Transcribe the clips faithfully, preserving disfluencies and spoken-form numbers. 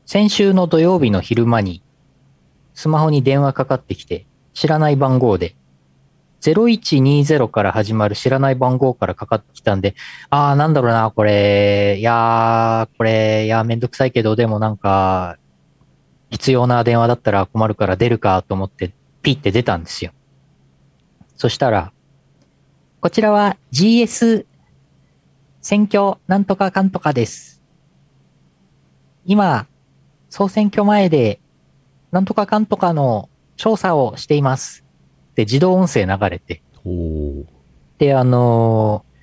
先週の土曜日の昼間にスマホに電話かかってきて、知らない番号で、ゼロいちにゼロから始まる知らない番号からかかってきたんで、ああ、なんだろうな、これ、いやー、これ、いやー、めんどくさいけど、でもなんか、必要な電話だったら困るから出るかと思って、ピッて出たんですよ。そしたら、こちらは ジーエス 選挙なんとかかんとかです。今、総選挙前で、なんとかかんとかの調査をしています。で、自動音声流れて。 おで、あのー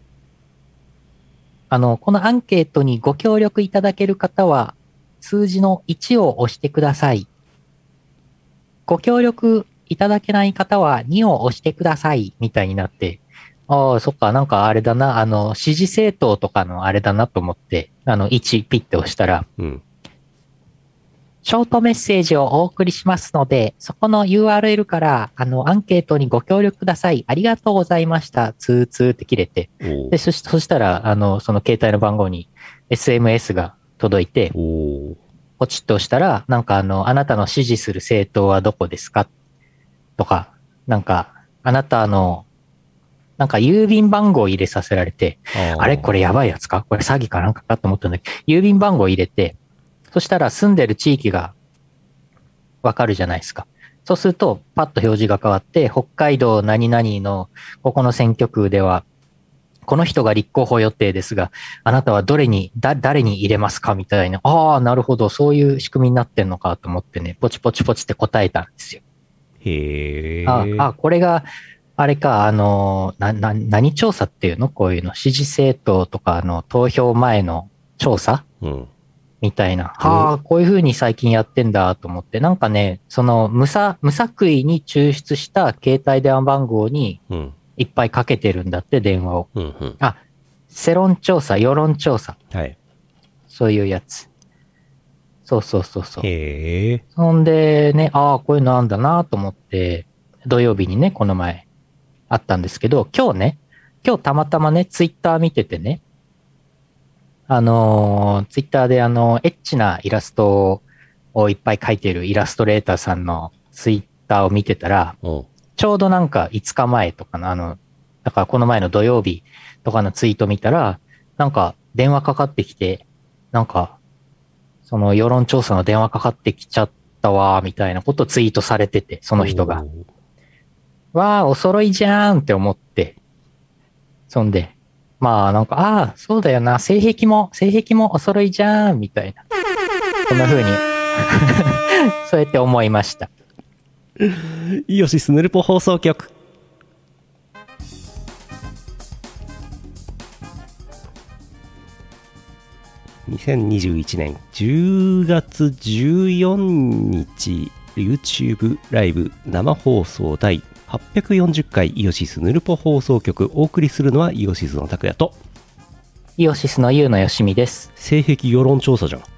あの、このアンケートにご協力いただける方は、数字のいちを押してください。ご協力いただけない方はにを押してください。みたいになって、ああ、そっか、なんかあれだな、あの、支持政党とかのあれだなと思って、あの、いちピッて押したら、 うん。 ショートメッセージをお送りしますので、そこの ユーアールエル から、あの、アンケートにご協力ください。ありがとうございました。ツーツーって切れて。 おで、そし、そしたら、あの、その携帯の番号に エスエムエス が届いて、 おポチッと押したら、なんかあの、あなたの支持する政党はどこですかとか、なんか、あなたの、なんか郵便番号を入れさせられて、 ああれこれやばいやつかこれ詐欺かなんかかと思ったんだけど、郵便番号を入れて、そしたら住んでる地域がわかるじゃないですか。そうすると、パッと表示が変わって、北海道何々のここの選挙区では、この人が立候補予定ですが、あなたはどれに、だ、誰に入れますかみたいな。ああ、なるほど。そういう仕組みになってんのかと思ってね、ポチポチポチって答えたんですよ。 へえ。 ああ、これが、あれか、あの、な、な、何調査っていうのこういうの。支持政党とかの投票前の調査うん。 みたいな。はあ、こういう風に最近やってんだと思って。なんかね、その、無さ、無作為に抽出した携帯電話番号にうん。 いっぱいかけてるんだって、電話を。 うん。うん。 あ、世論調査、世論調査。 はい。 そういうやつ。そうそうそうそう。 へえ。 そんでね、ああ、こういうのあんだなと思って、土曜日にね、この前、あったんですけど、今日ね、今日たまたまね、ツイッター見ててね、あのー、ツイッターであの、エッチなイラストをいっぱい描いてるイラストレーターさんのツイッターを見てたら、 おうちょうどなんかいつかまえとかのあの、だからこの前の土曜日とかのツイート見たら、なんか電話かかってきて、なんか、その世論調査の電話かかってきちゃったわ、みたいなことをツイートされてて、その人が。 おうわあ、お揃いじゃーんって思って。そんで、まあなんか、ああ、そうだよな、性癖も、性癖もお揃いじゃーん、みたいな。そんな風に、そうやって思いました。 イオシスヌルポ放送局。にせんにじゅういちねんじゅうがつじゅうよっか YouTube ライブ生放送第はっぴゃくよんじゅっかいイオシスヌルポ放送局。お送りするのはイオシスの拓也とイオシスのユウのよしみです。 性癖世論調査じゃ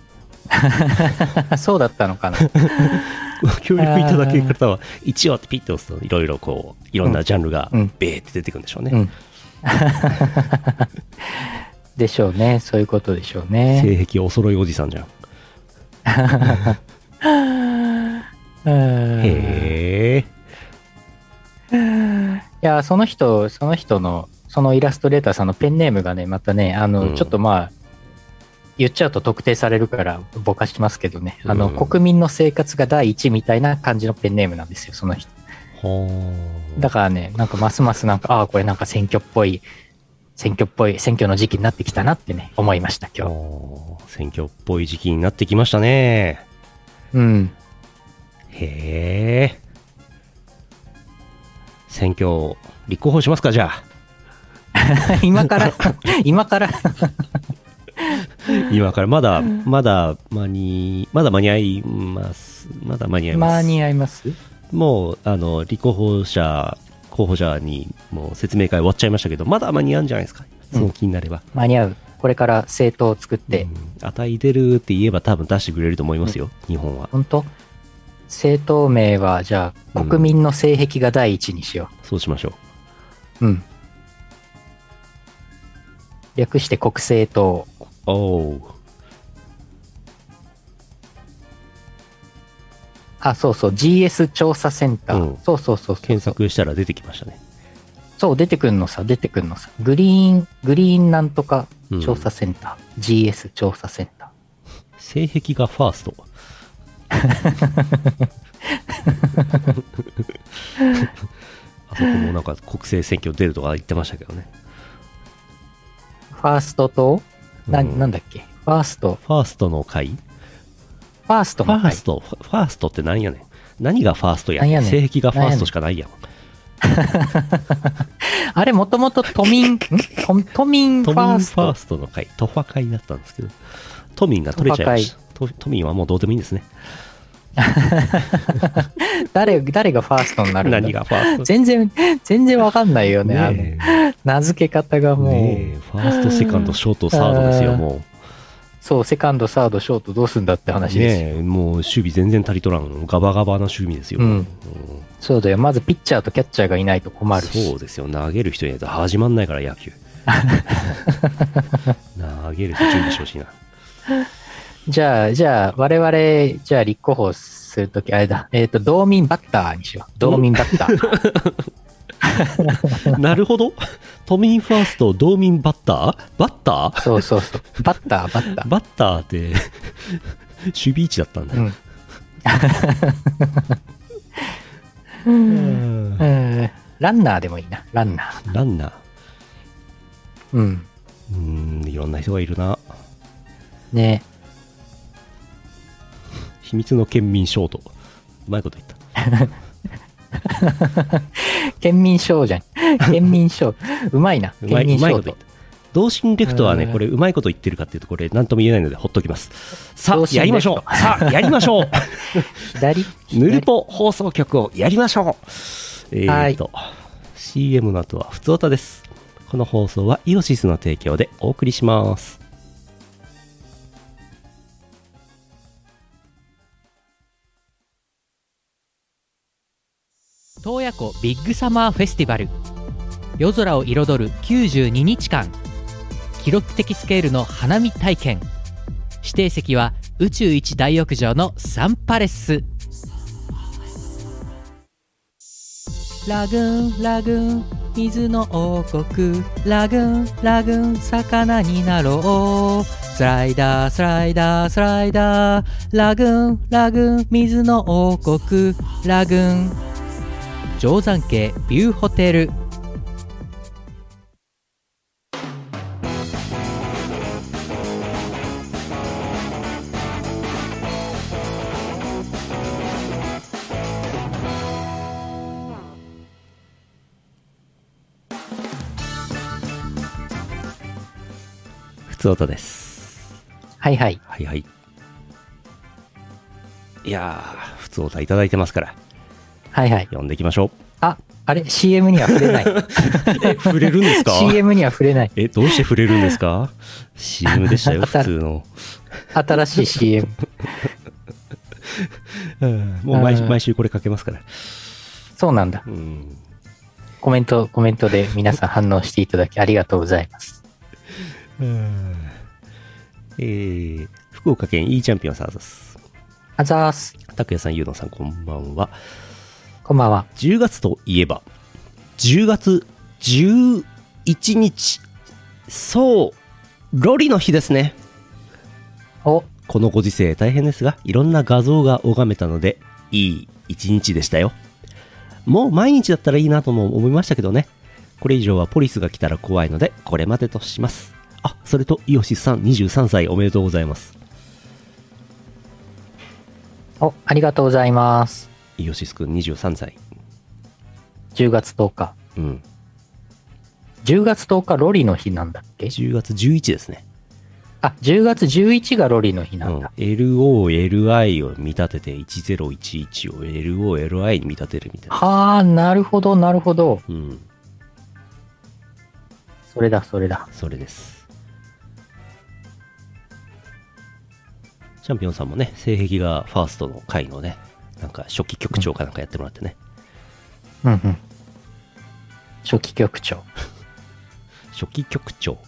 ん。 そうだったのかな。 ご協力いただける方は一応ってピッて押すといろいろこういろんなジャンルがうんベーって出てくるんでしょうね。 うん。でしょうね。そういうことでしょうね。 性癖お揃いおじさんじゃん。へえ。 いや、その人、その人の、そのイラストレーターさんのペンネームがね、またね、あの、 うんちょっとまあ、言っちゃうと特定されるからぼかしますけどね、あの、 うん国民の生活が第一みたいな感じのペンネームなんですよ、その人。 はあ。 だからね、なんかますますなんか、ああ、これなんか選挙っぽい、選挙っぽい、選挙の時期になってきたなってね、思いました、今日。 あー選挙っぽい時期になってきましたね。 うん。 へえ。選挙立候補しますかじゃあ。 今から今から今からまだまだ間にまだ間に合いますまだ間に合います。 間に合います？ もうあの立候補者候補者にもう説明会終わっちゃいましたけど、まだ間に合うんじゃないですか。その気になれば、 間に合う。これから政党を作って、 うん、値出るって言えば多分出してくれると思いますよ、日本は。 本当政党名はじゃあ国民の性癖が第一にしよそうしましょう。うん。略して国政党。 う。おうあ、そうそう、ジーエス 調査センター。 うん、 そうそうそうそう。 検索したら出てきましたね。 そう、出てくんのさ、出てくんのさ。グリーン、グリーンなんとか調査センター。うん、ジーエス 調査センター。 性癖がファースト。あそこもなんか国政選挙出るとか言ってましたけどね。 ファーストと、な、うん、なんだっけファースト。 ファーストの会ファーストの会ファースト、ファーストって何やねん。何がファーストやねん。性癖がファーストしかないやん。 あれ、もともと都民、都都民ファースト。 都民ファーストの会、都ファ会だったんですけど、都民が取れちゃいました。都, 都民はもうどうでもいいんですね。 誰、誰がファーストになるんだ。 何がファースト全然、全然わかんないよね。ねあの名付け方がもう。 ねファースト、セカンド、ショート、サードですよ、もう。 そう、セカンド、サード、ショートどうすんだって話ですよ。 ねもう守備全然足りとらん。ガバガバな守備ですよ。 うんうん、そうだよ。まずピッチャーとキャッチャーがいないと困るし。 そうですよ。投げる人いないと始まんないから、野球。投げる人準備してほしいな。 じゃあ、じゃあ、我々、じゃあ立候補するとき、あれだ。えっと、道民バッターにしよう。道民バッター。 なるほど。都民ファースト、道民バッターバッターそうそうそう。バッター、バッター。 バッターって、守備位置だったんだ。 うん。うんランナーでもいいな。ランナー。 ランナー。 うん。 うーん、いろんな人がいるな。 ね秘密の県民ショート。うまいこと言った。 県民賞じゃん。県民賞。うまいな。 うまい、うまいこと言った。同心レフトはね、これうまいこと言ってるかっていうと、これ何とも言えないのでほっときます。さあ、やりましょう。さあ、やりましょう。 左。 ヌルポ放送局をやりましょう。えーと、シーエム の後はふつおたです。この放送はイオシスの提供でお送りします。 洞爺湖ビッグサマーフェスティバル、夜空を彩るきゅうじゅうににちかん、記録的スケールの花見体験。指定席は宇宙一大浴場のサンパレス。ラグーンラグーン水の王国、ラグーンラグーン魚になろう、スライダースライダースライダー、ラグーンラグーン水の王国、ラグーン定山渓ビューホテル。 ふつおたです。 はいはい。 はいはい。いやー、ふつおたいただいてますから。 はいはい。 読んでいきましょう。 あ、あれ シーエム には触れない。 え、触れるんですか？ シーエム には触れない。 え、どうして触れるんですか？ シーエム でしたよ、普通の。 新しい シーエム。 もう毎週、毎週これかけますから。 そうなんだ。 うん、 コメント、コメントで皆さん反応していただきありがとうございます。 えー、福岡県 E チャンピオンさんです。 あざーす。 拓也さん、ゆうのさん、こんばんは。 こんばんは。 じゅうがつといえば、じゅうがつじゅういちにち、そう、ロリの日ですね。 お、 このご時世大変ですが、いろんな画像が拝めたので、いい一日でしたよ。もう毎日だったらいいなとも思いましたけどね。これ以上はポリスが来たら怖いので、これまでとします。あ、それと、イオシスさんにじゅうさんさいおめでとうございます。 お、ありがとうございます。 イオシスくんにじゅうさんさい。 じゅうがつとおか。 うん。 じゅうがつとおかロリの日なんだっけ？ じゅうがつじゅういちですね。 あ、じゅうがつじゅういちがロリの日なんだ。 うん、エルオーエルアイ を見立てていちぜろいちいちを エルオーエルアイ に見立てるみたいな。 はあ、なるほど、なるほど。 うん。 それだ、それだ。 それです。チャンピオンさんもね、性癖がファーストの回のね、なんか初期局長かなんかやってもらってね。 うんうん。初期局長。 初期局長。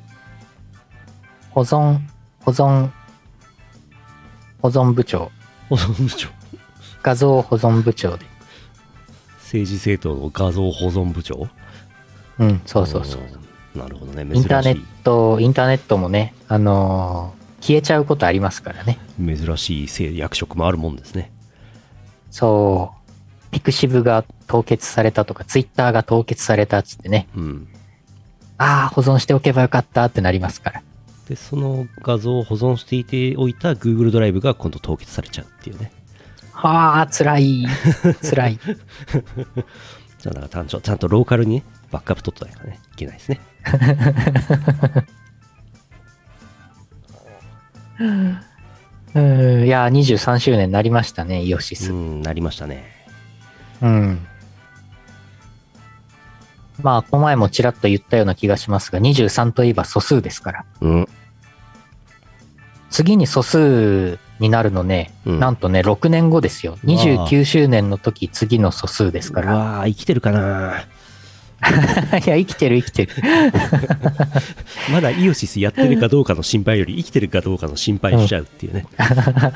保存、保存、保存部長。 保存部長。 画像保存部長で。 政治政党の画像保存部長。 うん、そうそうそう。 なるほどね。珍しい。 インターネット、インターネットもね、あのー、消えちゃうことありますからね。 珍しい役職もあるもんですね。 そう。ピクシブが凍結されたとか、ツイッターが凍結されたっつってね。 うん。 ああ、保存しておけばよかったってなりますから。 で、その画像を保存していておいた Google ドライブが今度凍結されちゃうっていうね。 はあ、辛い。辛い。 じゃあ、なんかちゃんと、ちゃんとローカルにね、バックアップ取ったらね、いけないですね。 うん、いや、にじゅうさんしゅうねんになりましたね、イオシス。 うん、なりましたね。 うん。まあ、この前もちらっと言ったような気がしますが、にじゅうさんといえば素数ですから。 うん。 次に素数になるのね、 うん、 なんとね、ろくねんごですよ。にじゅうきゅうしゅうねんの時、次の素数ですから。 うわー、生きてるかな。 いや、生きてる生きてる。 まだイオシスやってるかどうかの心配より生きてるかどうかの心配しちゃうっていうね。 うん、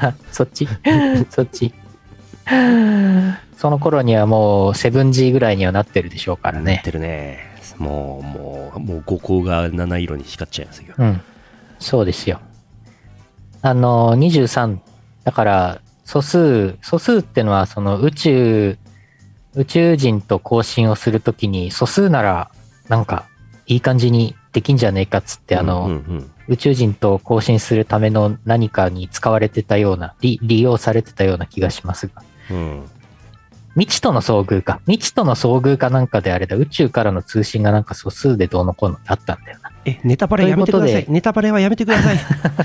そっちそっち。その頃にはもう セブンジー ぐらいにはなってるでしょうからね。 なってるね。もう、もう、もう五光が七色に光っちゃいますよ。 うん。そうですよ。あの、にじゅうさん、だから素数、素数ってのはその宇宙、宇宙人と交信をするときに素数ならなんかいい感じにできんじゃねえかっつってあの、うんうんうん、宇宙人と交信するための何かに使われてたような 利, 利用されてたような気がしますが、うん、未知との遭遇か未知との遭遇かなんかであれだ宇宙からの通信がなんか素数でどうのこうのってあったんだよな。 えネタバレやめてください。ネタバレはやめてください。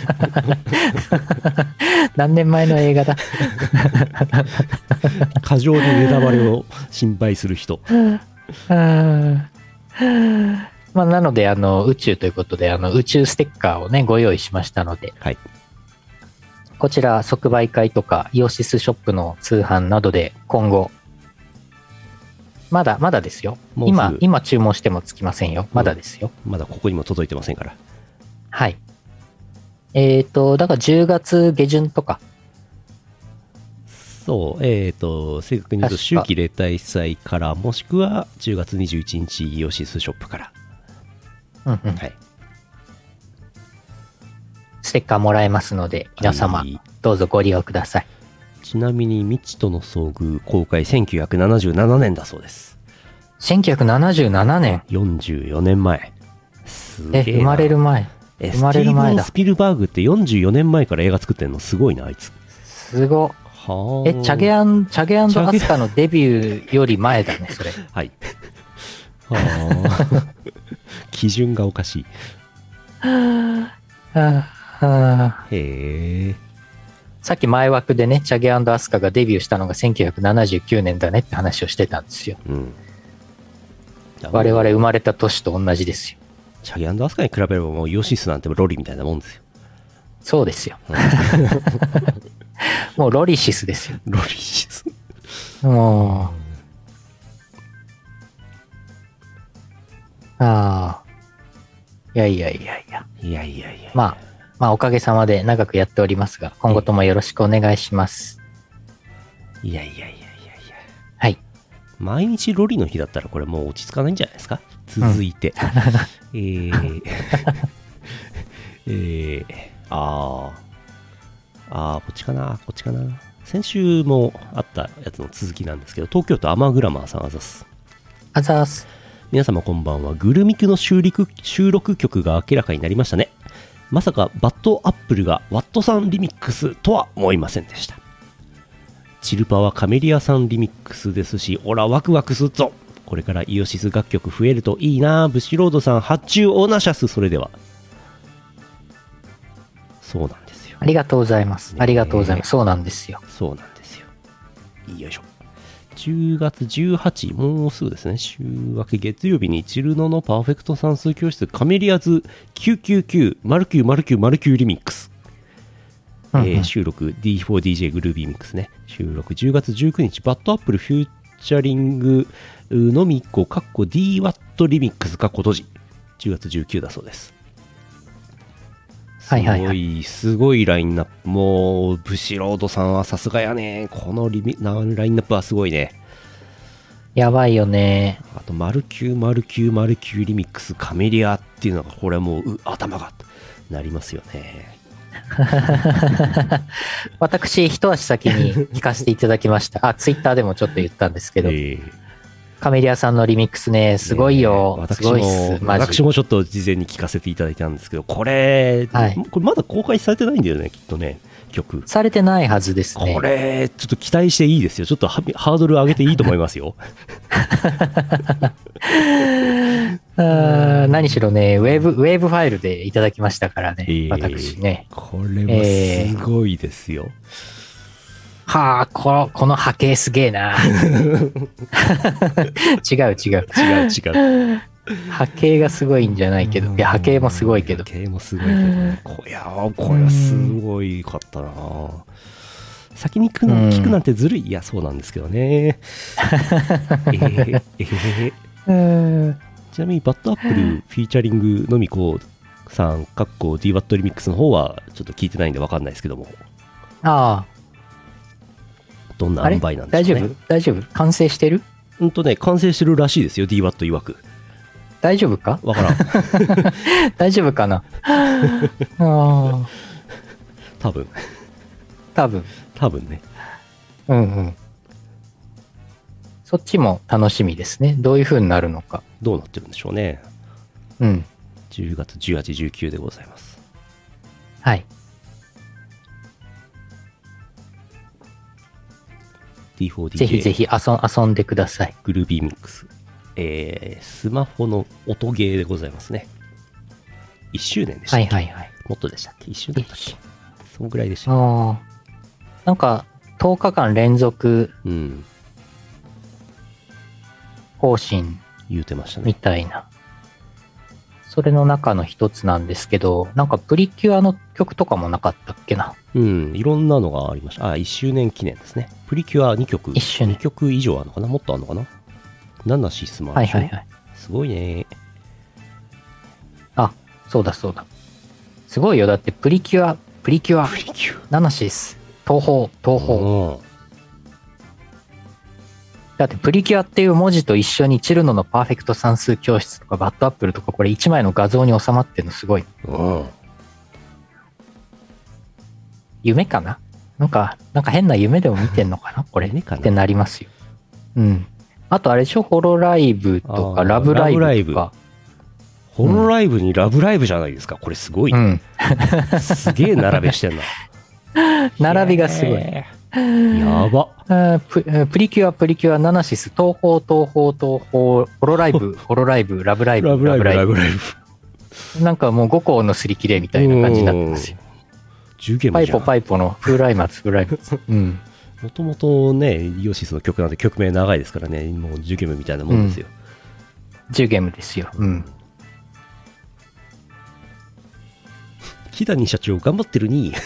何年前の映画だ。 過剰にネタバレを心配する人。 あまあ、なのであの宇宙ということであの宇宙ステッカーをねご用意しましたので、はい、こちら即売会とかイオシスショップの通販などで今後まだまだですよ。今今注文してもつきませんよ。まだですよ、 うん、まだここにも届いてませんから。 はい。えっとだからじゅうがつげじゅんとか。 そうえっ、ー、と正確に言うと秋季例大祭からもしくはじゅうがつにじゅういちにちイオシスショップから、 うんうんはい、ステッカーもらえますので皆様、はい、どうぞご利用ください。 ちなみに未知との遭遇公開せんきゅうひゃくななじゅうななねんだそうです。 せんきゅうひゃくななじゅうななねんよんじゅうよねんまえ。すげえな。 え生まれる前え生まれる前だ。スティーブン・スピルバーグってよんじゅうよねんまえから映画作ってんのすごいなあいつ。 すごはえチャゲアンチャゲアンドアスカのデビューより前だねそれ。 はいは基準がおかしい。はあはへえ。 さっき前枠でねチャゲアンドアスカがデビューしたのがせんきゅうひゃくななじゅうきゅうねんだねって話をしてたんですよ、うん、我々生まれた年と同じですよ。 チャゲアンドアスカに比べればもうイオシスなんてロリみたいなもんですよ。 そうですよ、うんもうロリシスですよ。 ロリシス。 もう。ああ。いやいやいやいや。 いやいやいや。 まあ、まあおかげさまで長くやっておりますが、今後ともよろしくお願いします。 いやいやいやいやいや。 はい。 毎日ロリの日だったらこれもう落ち着かないんじゃないですか。続いて。うん、えー、えー、ああ。あーこっちかなこっちかな先週もあったやつの続きなんですけど、東京都アマグラマーさんあざすあざす。 皆様こんばんは。グルミクの収録、収録曲が明らかになりましたね。まさかバッドアップルがワットさんリミックスとは思いませんでした。チルパはカメリアさんリミックスですし、オラワクワクすっぞ。これからイオシス楽曲増えるといいな。ブシロードさん発注オーナシャス。それではそうなんです。 ありがとうございます。ありがとうございます。そうなんですよ。 そうなんですよ。よいしょ。じゅうがつじゅうはち、もうすぐですね。週明け月曜日にチルノのパーフェクト算数教室カメリアズきゅうきゅうきゅう マルキュー マルキュー マルキューリミックス。うんうんえー、収録 ディーフォーディージェー グルービーミックスね。収録じゅうがつじゅうくにちバッドアップルフューチャリングのみっこかっこ D ワットリミックスかっこ閉じ。じゅうがつじゅうくだそうです。 すごい、 はいはいはすごいラインナップ。もう、ブシロードさんはさすがやね。このリミなラインナップはすごいね。 やばいよね。 あと、マルキュー、マルキュー、マルキューリミックス、カメリアっていうのが、これはもう、う頭が、なりますよね。 私、一足先に聞かせていただきました。あ、ツイッターでもちょっと言ったんですけど、 えーカメリアさんのリミックスね、すごいよ。 ね、 すごいっす。マジ。 私もちょっと事前に聞かせていただいたんですけど、これ、 はい、 これまだ公開されてないんだよね、きっとね、曲。 されてないはずですね。 これ、ちょっと期待していいですよ。ちょっとハードル上げていいと思いますよ。 あ何しろね、ウェーブ、ウェーブファイルでいただきましたからね、えー、私ね。 これはすごいですよ。 えーはあ、こ, この波形すげえな。違う違う。 違う違う。 波形がすごいんじゃないけど、いや波形もすごいけど。 波形もすごいけどね。こいやこれはすごいかったな。先に聞く聞くなんてずるい。いや、そうなんですけどね。えー、えー、ちなみにバッドアップルフィーチャリングのみこさん、かっこ ディーワット リミックスの方はちょっと聞いてないんで分かんないですけども。 ああ。 どんな塩梅なんでしょうね。 大丈夫大丈夫完成してるうんとね、完成してるらしいですよ、ディーワット 曰く。 大丈夫かわからん。 大丈夫かなあ多分。 多分。 多分ね。 うんうん。そっちも楽しみですね。どういう風になるのか。 どうなってるんでしょうね。 うん。 じゅうがつじゅうはち、じゅうくでございます。 はい。 ディーフォーディージェーぜひぜひ遊, 遊んでください。 グルービーミックス。えー、スマホの音ゲーでございますね。いっしゅうねんでしたっけ。 はいはいはい。 もっとでしたっけ ?いっ 周年だっけそのぐらいでした。 ああ。なんか、とおかかん連続うん。 更新言うてましたね。 みたいな。それの中の一つなんですけど、なんかプリキュアの曲とかもなかったっけな。 うん、いろんなのがありました。あ、いっしゅうねん記念ですね。プリキュアにきょく。 いっしゅうねん。 にきょく以上あるのかなもっとあるのかなナナシスもあるでしょ。 はいはいはい。 すごいね。 あ、そうだそうだ。すごいよ。だってプリキュア、プリキュア、 プリキュア。 ナナシス、東宝、東宝。だってプリキュアっていう文字と一緒にチルノのパーフェクト算数教室とかバッドアップルとかこれいちまいの画像に収まってるのすごい。 うん。 夢かななんか、なんか変な夢でも見てんのかなこれってなりますよ。うん。あとあれでしょホロライブとかラブライブとか。 ホロライブにラブライブじゃないですか。これすごい、ね。うん。すげえ並べしてんな。 並びがすごい。 やば。 プ, プリキュア、プリキュア、ナナシス、東宝、東宝、東宝、ホロライブ、ホロライブ、ラブライブ、 ラブライブ、ラブライブ。なんかもうご校のすり切れみたいな感じになってますよ。 じゅうゲームパイポパイポの風来松、風来松。うん。 もともとね、イオシスの曲なんて曲名長いですからね、もうじゅうゲームみたいなもんですよ。 うん、じゅうゲームですよ。うん。 木谷社長頑張ってるに。い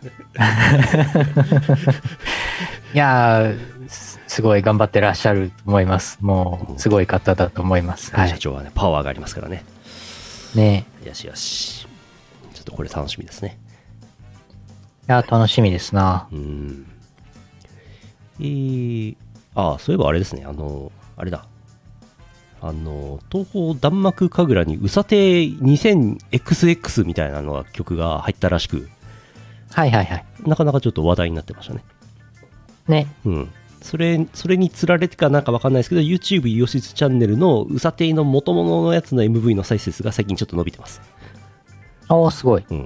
やー、すごい頑張ってらっしゃると思います。もう、すごい方だと思います。 木谷社長はね、はい、パワーがありますからね。 ねよしよし。ちょっとこれ楽しみですね。 いや、楽しみですな。 うん。えー、ああ、そういえばあれですね、あの、あれだ。あの、東宝弾幕神楽にうさて にせんエックスエックス みたいなのが曲が入ったらしく、 はいはいはい。 なかなかちょっと話題になってましたね。 ね。 うん。それ、それにつられてかなんかわかんないですけど、YouTube イオシスチャンネルのうさての元々のやつの エムブイ の再生数が最近ちょっと伸びてます。 おー、すごい。 うん。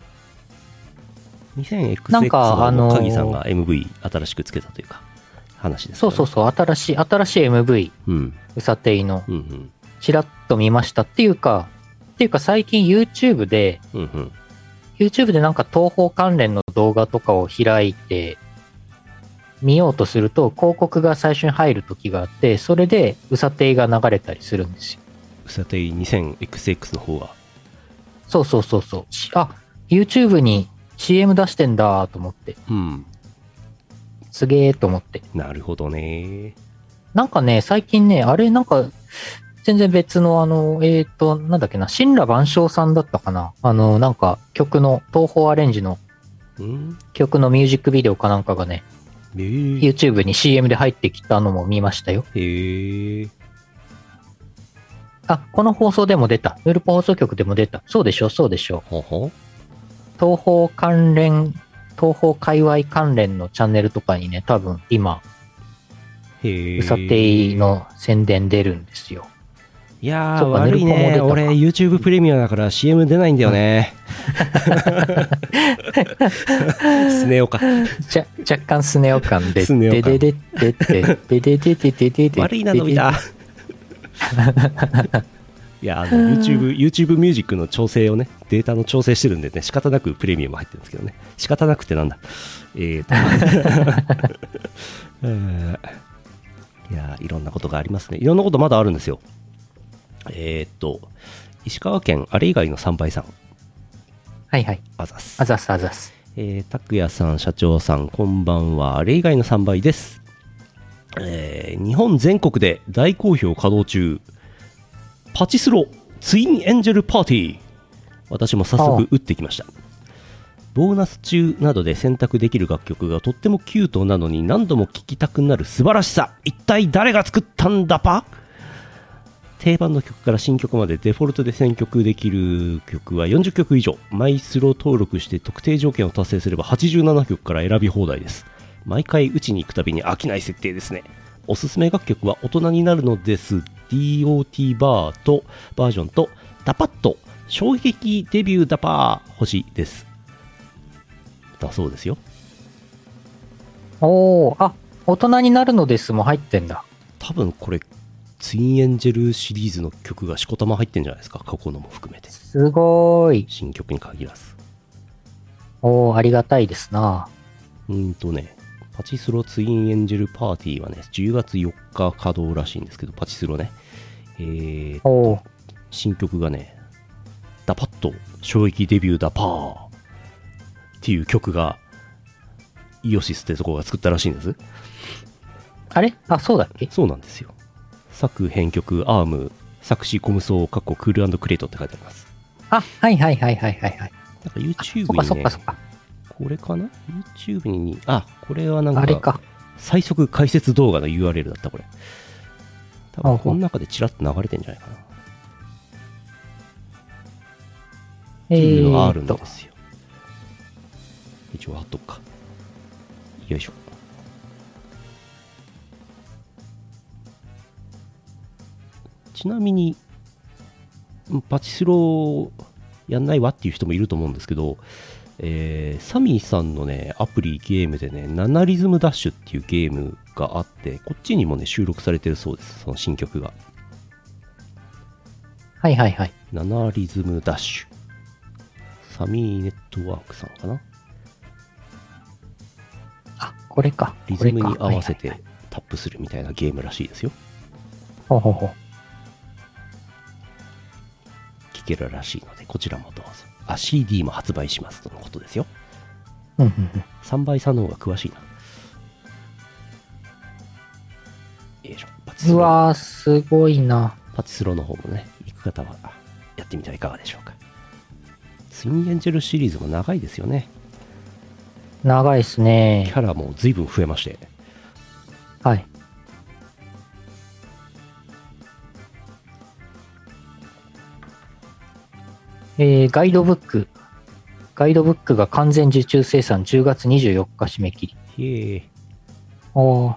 にせんエックスエックス の鍵さんが エムブイ 新しくつけたというか話です、ね、 そうそうそう、新しい、新しい エムブイ、 うん、 うさていの、 うんうん、 ちらっと見ましたっていうか、っていうか最近 YouTube で、 うんうん、 YouTube でなんか東宝関連の動画とかを開いて見ようとすると広告が最初に入る時があって、それでうさていが流れたりするんですよ。 うさてい にせんエックスエックス の方が。 そうそうそうそう。あ、YouTube にシーエム 出してんだと思って。 うん。 すげーと思って。 なるほどね。 なんかね、最近ね、あれなんか、 全然別の、あの、えっ、ー、と、なんだっけな、神羅万象さんだったかな。あの、なんか、曲の、東宝アレンジの、曲のミュージックビデオかなんかがね、YouTube に シーエム で入ってきたのも見ましたよ。 へー。 あ、この放送でも出た。ヌルポ放送局でも出た。そうでしょ、そうでしょ。 ほほ東宝関連、東宝界隈関連のチャンネルとかにね、多分今、 へうさていの宣伝出るんですよ。 いやー、悪いね。俺、YouTube プレミアだから シーエム 出ないんだよね。スネ夫か。 じゃ若干スネ夫感で。 スネ夫感。 ででででででででででで。 悪いな、のび太。いや、あの YouTube、YouTube ミュージックの調整をね、データの調整してるんでね、仕方なくプレミアム入ってるんですけどね。仕方なくってなんだ。えーと。いや、いろんなことがありますね。いろんなことまだあるんですよ。えー、っと、石川県あれ以外のさんばいさん。 はいはい。 あざす。 あざすあざす。 えー、拓也さん、社長さん、こんばんは。あれ以外のさんばいです。えー、日本全国で大好評稼働中。パチスロツインエンジェルパーティー。私も早速打ってきました。ボーナス中などで選択できる楽曲がとってもキュートなのに何度も聴きたくなる素晴らしさ。一体誰が作ったんだパ？定番の曲から新曲までデフォルトで選曲できる曲はよんじゅっきょく以上。マイスロ登録して特定条件を達成すればはちじゅうななきょくから選び放題です。毎回打ちに行くたびに飽きない設定ですね。おすすめ楽曲は大人になるのです。 ディーオーティー バーとバージョンとダパッと衝撃デビューダパー星ですだそうですよ。 おー、あ、大人になるのですも入ってんだ。 多分これツインエンジェルシリーズの曲がしこたま入ってんじゃないですか。過去のも含めて。 すごーい。 新曲に限らず。 おー、ありがたいですな。 うーんとね、パチスロツインエンジェルパーティーはね、じゅうがつよっか稼働らしいんですけど、パチスロね。えーと、新曲がね、ダパッと衝撃デビューダパーっていう曲が、イオシスってとこが作ったらしいんです。 あれあ、そうだっけ？ そうなんですよ。作編曲アーム作詞コムソーかっこクール&クレイトって書いてあります。 あ、はいはいはいはいはいはい。なんか YouTube にね、 そっかそっかそっか。 これかな ?YouTube に、あ、これはなんか、 あれか。 最速解説動画の ユーアールエル だった、これ。多分この中でチラッと流れてんじゃないかな。 えっていうのがあーっとるんで。すよ。一応貼っとくか。よいしょ。ちなみに、パチスロやんないわっていう人もいると思うんですけど、えー、サミーさんのね、アプリゲームでね、ナナリズムダッシュっていうゲームがあって、こっちにもね、収録されてるそうです。その新曲が。 はいはいはい。 ナナリズムダッシュ。サミーネットワークさんかな。 あ、これか。 リズムに合わせてこれかタップするみたいなゲームらしいですよ。 ほうほうほう。 聴けるらしいので、こちらもどうぞ。あ、シーディー も発売しますとのことですよ。 うんうんうん。 さんばいさんの方が詳しいな。よいしょ。パチスロ。 うわー、すごいな。 パチスロの方もね、行く方はやってみてはいかがでしょうか。ツインエンジェルシリーズも長いですよね。 長いですキね。 ャラも随分増えまして。 はい。えー、ガイドブック。ガイドブックが完全受注生産じゅうがつにじゅうよっか締め切り。 へえ。 おー。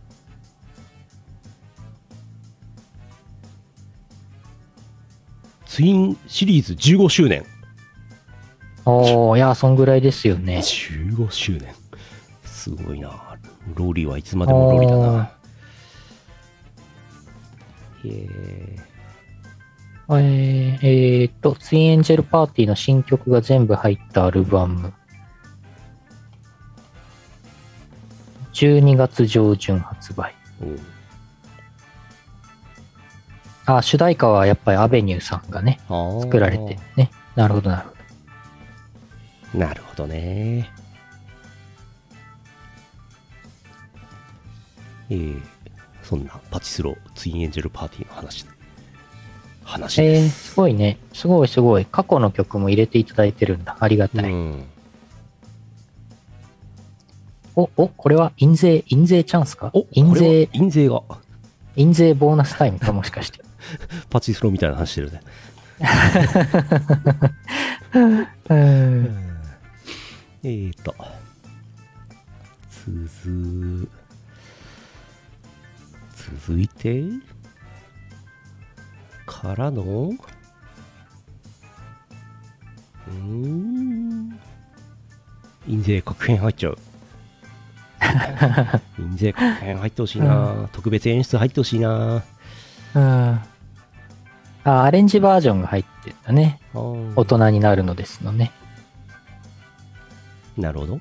ツインシリーズじゅうごしゅうねん。 おー、いや、そんぐらいですよね。 じゅうごしゅうねん。すごいな。ローリーはいつまでもローリーだな。へえ。 えー、えーっと、ツインエンジェルパーティーの新曲が全部入ったアルバム。じゅうにがつ上旬発売。あ、主題歌はやっぱりアベニューさんがね、作られてね。なるほど、なるほど。 なるほどね。えー、そんなパチスロツインエンジェルパーティーの話話でえー、 す。 すごいね。すごいすごい。過去の曲も入れていただいてるんだ。ありがたい。 うん、 お、お、これは印税、印税チャンスかお印税これは、印税が印税ボーナスタイムかもしかして。 パチスロみたいな話してるね。 うんえーと、続、続いて、からの、うーん、印税確変入っちゃう。印税確変入ってほしいな、うん、特別演出入ってほしいな。 うん。あ、アレンジバージョンが入ってたね。大人になるのですのね。 なるほど。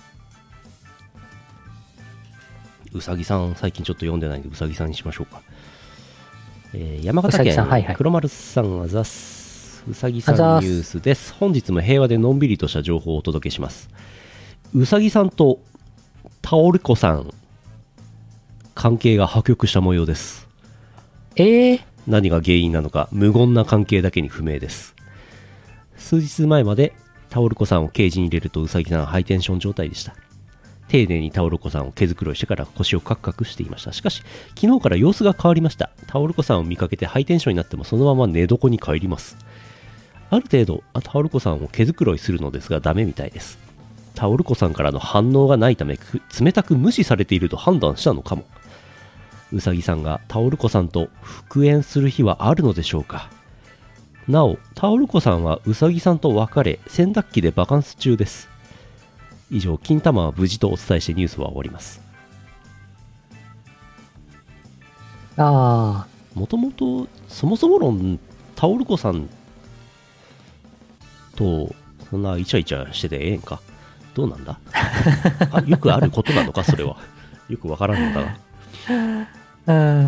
うさぎさん、最近ちょっと読んでないんで、うさぎさんにしましょうか。えー、山形県、はいはい、黒丸さんあざす。うさぎさんニュースです。本日も平和でのんびりとした情報をお届けします。うさぎさんとタオルコさん、関係が破局した模様です。 えー、 何が原因なのか無言な関係だけに不明です。数日前までタオルコさんをケージに入れるとうさぎさんはハイテンション状態でした。丁寧にタオルコさんを毛づくろいしてから腰をカクカクしていました。しかし昨日から様子が変わりました。タオルコさんを見かけてハイテンションになってもそのまま寝床に帰ります。ある程度タオルコさんを毛づくろいするのですがダメみたいです。タオルコさんからの反応がないため冷たく無視されていると判断したのかも。うさぎさんがタオルコさんと復縁する日はあるのでしょうか。なおタオルコさんはうさぎさんと別れ洗濯機でバカンス中です。以上、金玉は無事とお伝えしてニュースは終わります。 ああ。 もともとそもそも論タオルコさんとそんなイチャイチャしててええんか。どうなんだあ、よくあることなのかそれは。よくわからんのだが。うん。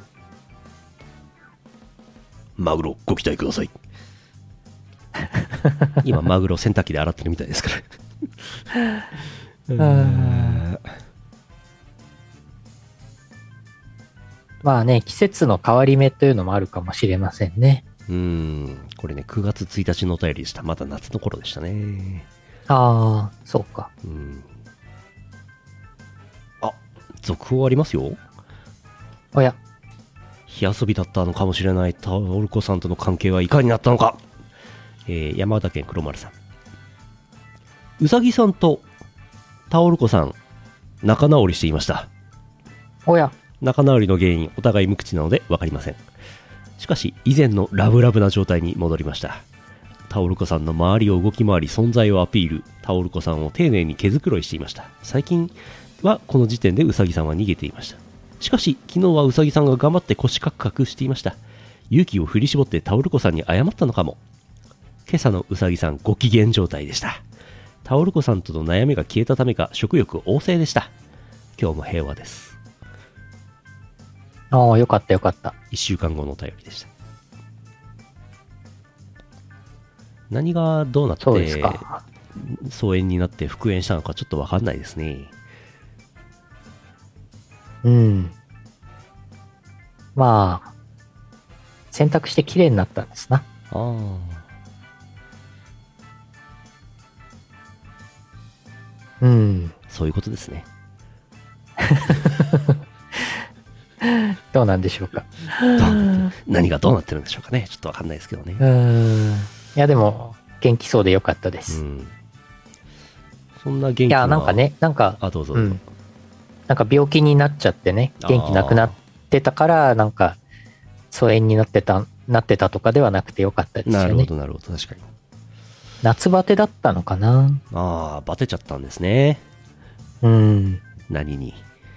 マグロご期待ください。今マグロ洗濯機で洗ってるみたいですからうんまあね、季節の変わり目というのもあるかもしれませんね。 うーん、これね、くがつついたちのお便りでした。まだ夏の頃でしたね。 ああ、そうか。 うん。あ、続報ありますよ。 おや。 火遊びだったのかもしれないタオルコさんとの関係はいかになったのか。えー、山形県黒丸さん。うさぎさんとタオルコさん、仲直りしていました。 おや。 仲直りの原因、お互い無口なので分かりません。しかし、以前のラブラブな状態に戻りました。タオルコさんの周りを動き回り、存在をアピール。タオルコさんを丁寧に毛づくろいしていました。最近はこの時点でうさぎさんは逃げていました。しかし、昨日はうさぎさんが頑張って腰カクカクしていました。勇気を振り絞ってタオルコさんに謝ったのかも。今朝のうさぎさん、ご機嫌状態でした。タオルコさんとの悩みが消えたためか、食欲旺盛でした。今日も平和です。 ああ、よかったよかった。 いっしゅうかんごのお便りでした。何がどうなって疎遠になって復縁したのかちょっと分かんないですね。 うん。まあ、選択して綺麗になったんですな。ああ。うん。 そういうことですね。 どうなんでしょうか。 何がどうなってるんでしょうかね。ちょっとわかんないですけどね。 うん。いやでも元気そうでよかったです。うん、 そんな元気な。いやなんかね、なんかあどうぞどうぞ、うん、 なんか病気になっちゃってね、元気なくなってたからなんか疎遠になってたなってたとかではなくてよかったですよね。 なるほどなるほど、確かに。 夏バテだったのかな。 ああ、バテちゃったんですね。 うん。 何に。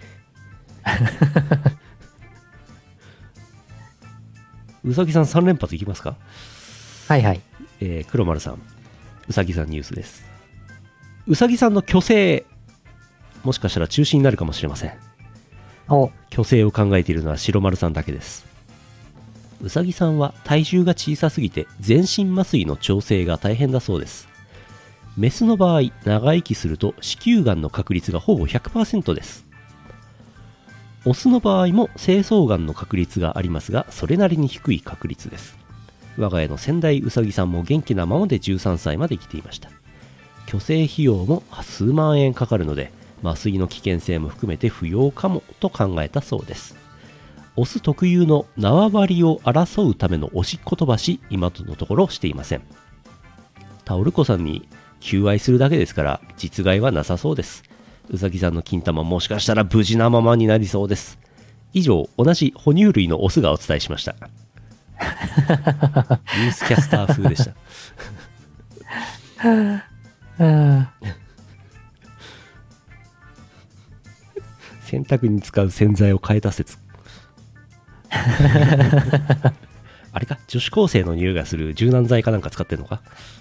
うさぎさんさん連発いきますか。 はいはい。 えー、黒丸さん、うさぎさんニュースです。うさぎさんの虚勢、もしかしたら中止になるかもしれません。 お虚勢を考えているのは白丸さんだけです。うさぎさんは体重が小さすぎて全身麻酔の調整が大変だそうです。メスの場合、長生きすると子宮がんの確率がほぼ ひゃくパーセント です。 オスの場合も精巣がんの確率がありますが、それなりに低い確率です。我が家の先代うさぎさんも元気なままでじゅうさんさいまで生きていました。去勢費用も数万円かかるので、麻酔の危険性も含めて不要かもと考えたそうです。オス特有の縄張りを争うためのおしっこ飛ばし、今のところしていません。タオル子さんに求愛するだけですから実害はなさそうです。うさぎさんの金玉もしかしたら無事なままになりそうです。以上、同じ哺乳類のオスがお伝えしました。ニュースキャスター風でした洗濯に使う洗剤を変えた説あれか、女子高生の匂いがする柔軟剤かなんか使ってんのか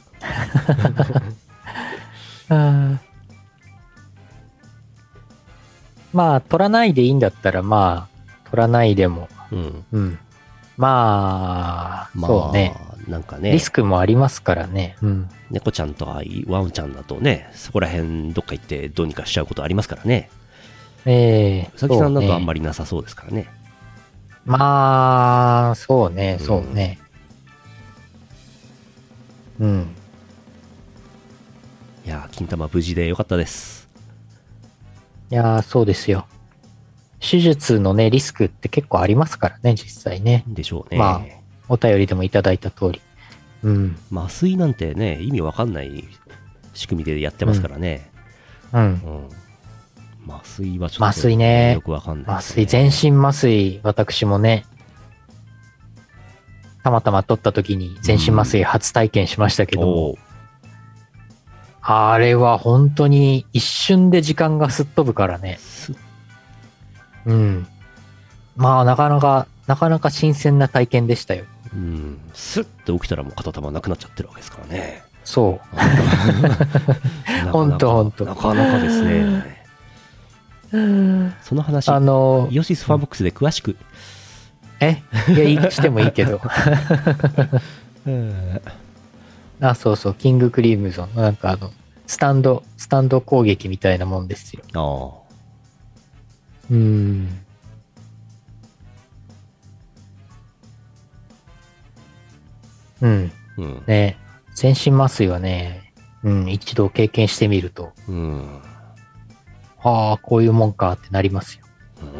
あまあ取らないでいいんだったらまあ取らないでも、 うんうん、まあ、 まあそうね、 なんかね、 リスクもありますからね、うん、 猫ちゃんとかワンちゃんだとね、そこら辺どっか行ってどうにかしちゃうことありますからね。 ええー、 うさぎさんだとあんり、 まりなさそうですからね。 まあそうねそうね、うん、うん、 いやー、金玉無事でよかったです。 いやーそうですよ。手術のねリスクって結構ありますからね、実際ね。 でしょうね。 まあお便りでもいただいた通り、うん、 麻酔なんてね、意味わかんない仕組みでやってますからね。 うん、うんうん、麻酔はちょっと麻酔ね、 よくわかんないですね。 麻酔、全身麻酔、私もね、たまたま取った時に全身麻酔初体験しましたけども、 うん、 あれは本当に一瞬で時間がすっ飛ぶからね。うん。まあなかなか、なかなか新鮮な体験でしたよ。 うん。スッて起きたらもう片玉なくなっちゃってるわけですからね。 そう。本当本当。 なかなかですね。その話、 あの、 イオシスファンボックスで詳しく。 えいや、いいしてもいいけど。あ、そうそう、キングクリームゾン。なんかあの、スタンド、スタンド攻撃みたいなもんですよ。 ああ。 うーん。うん。 うん。 ね、全身麻酔はね、うん、一度経験してみると、 うん。 ああ、こういうもんかってなりますよ。 うん。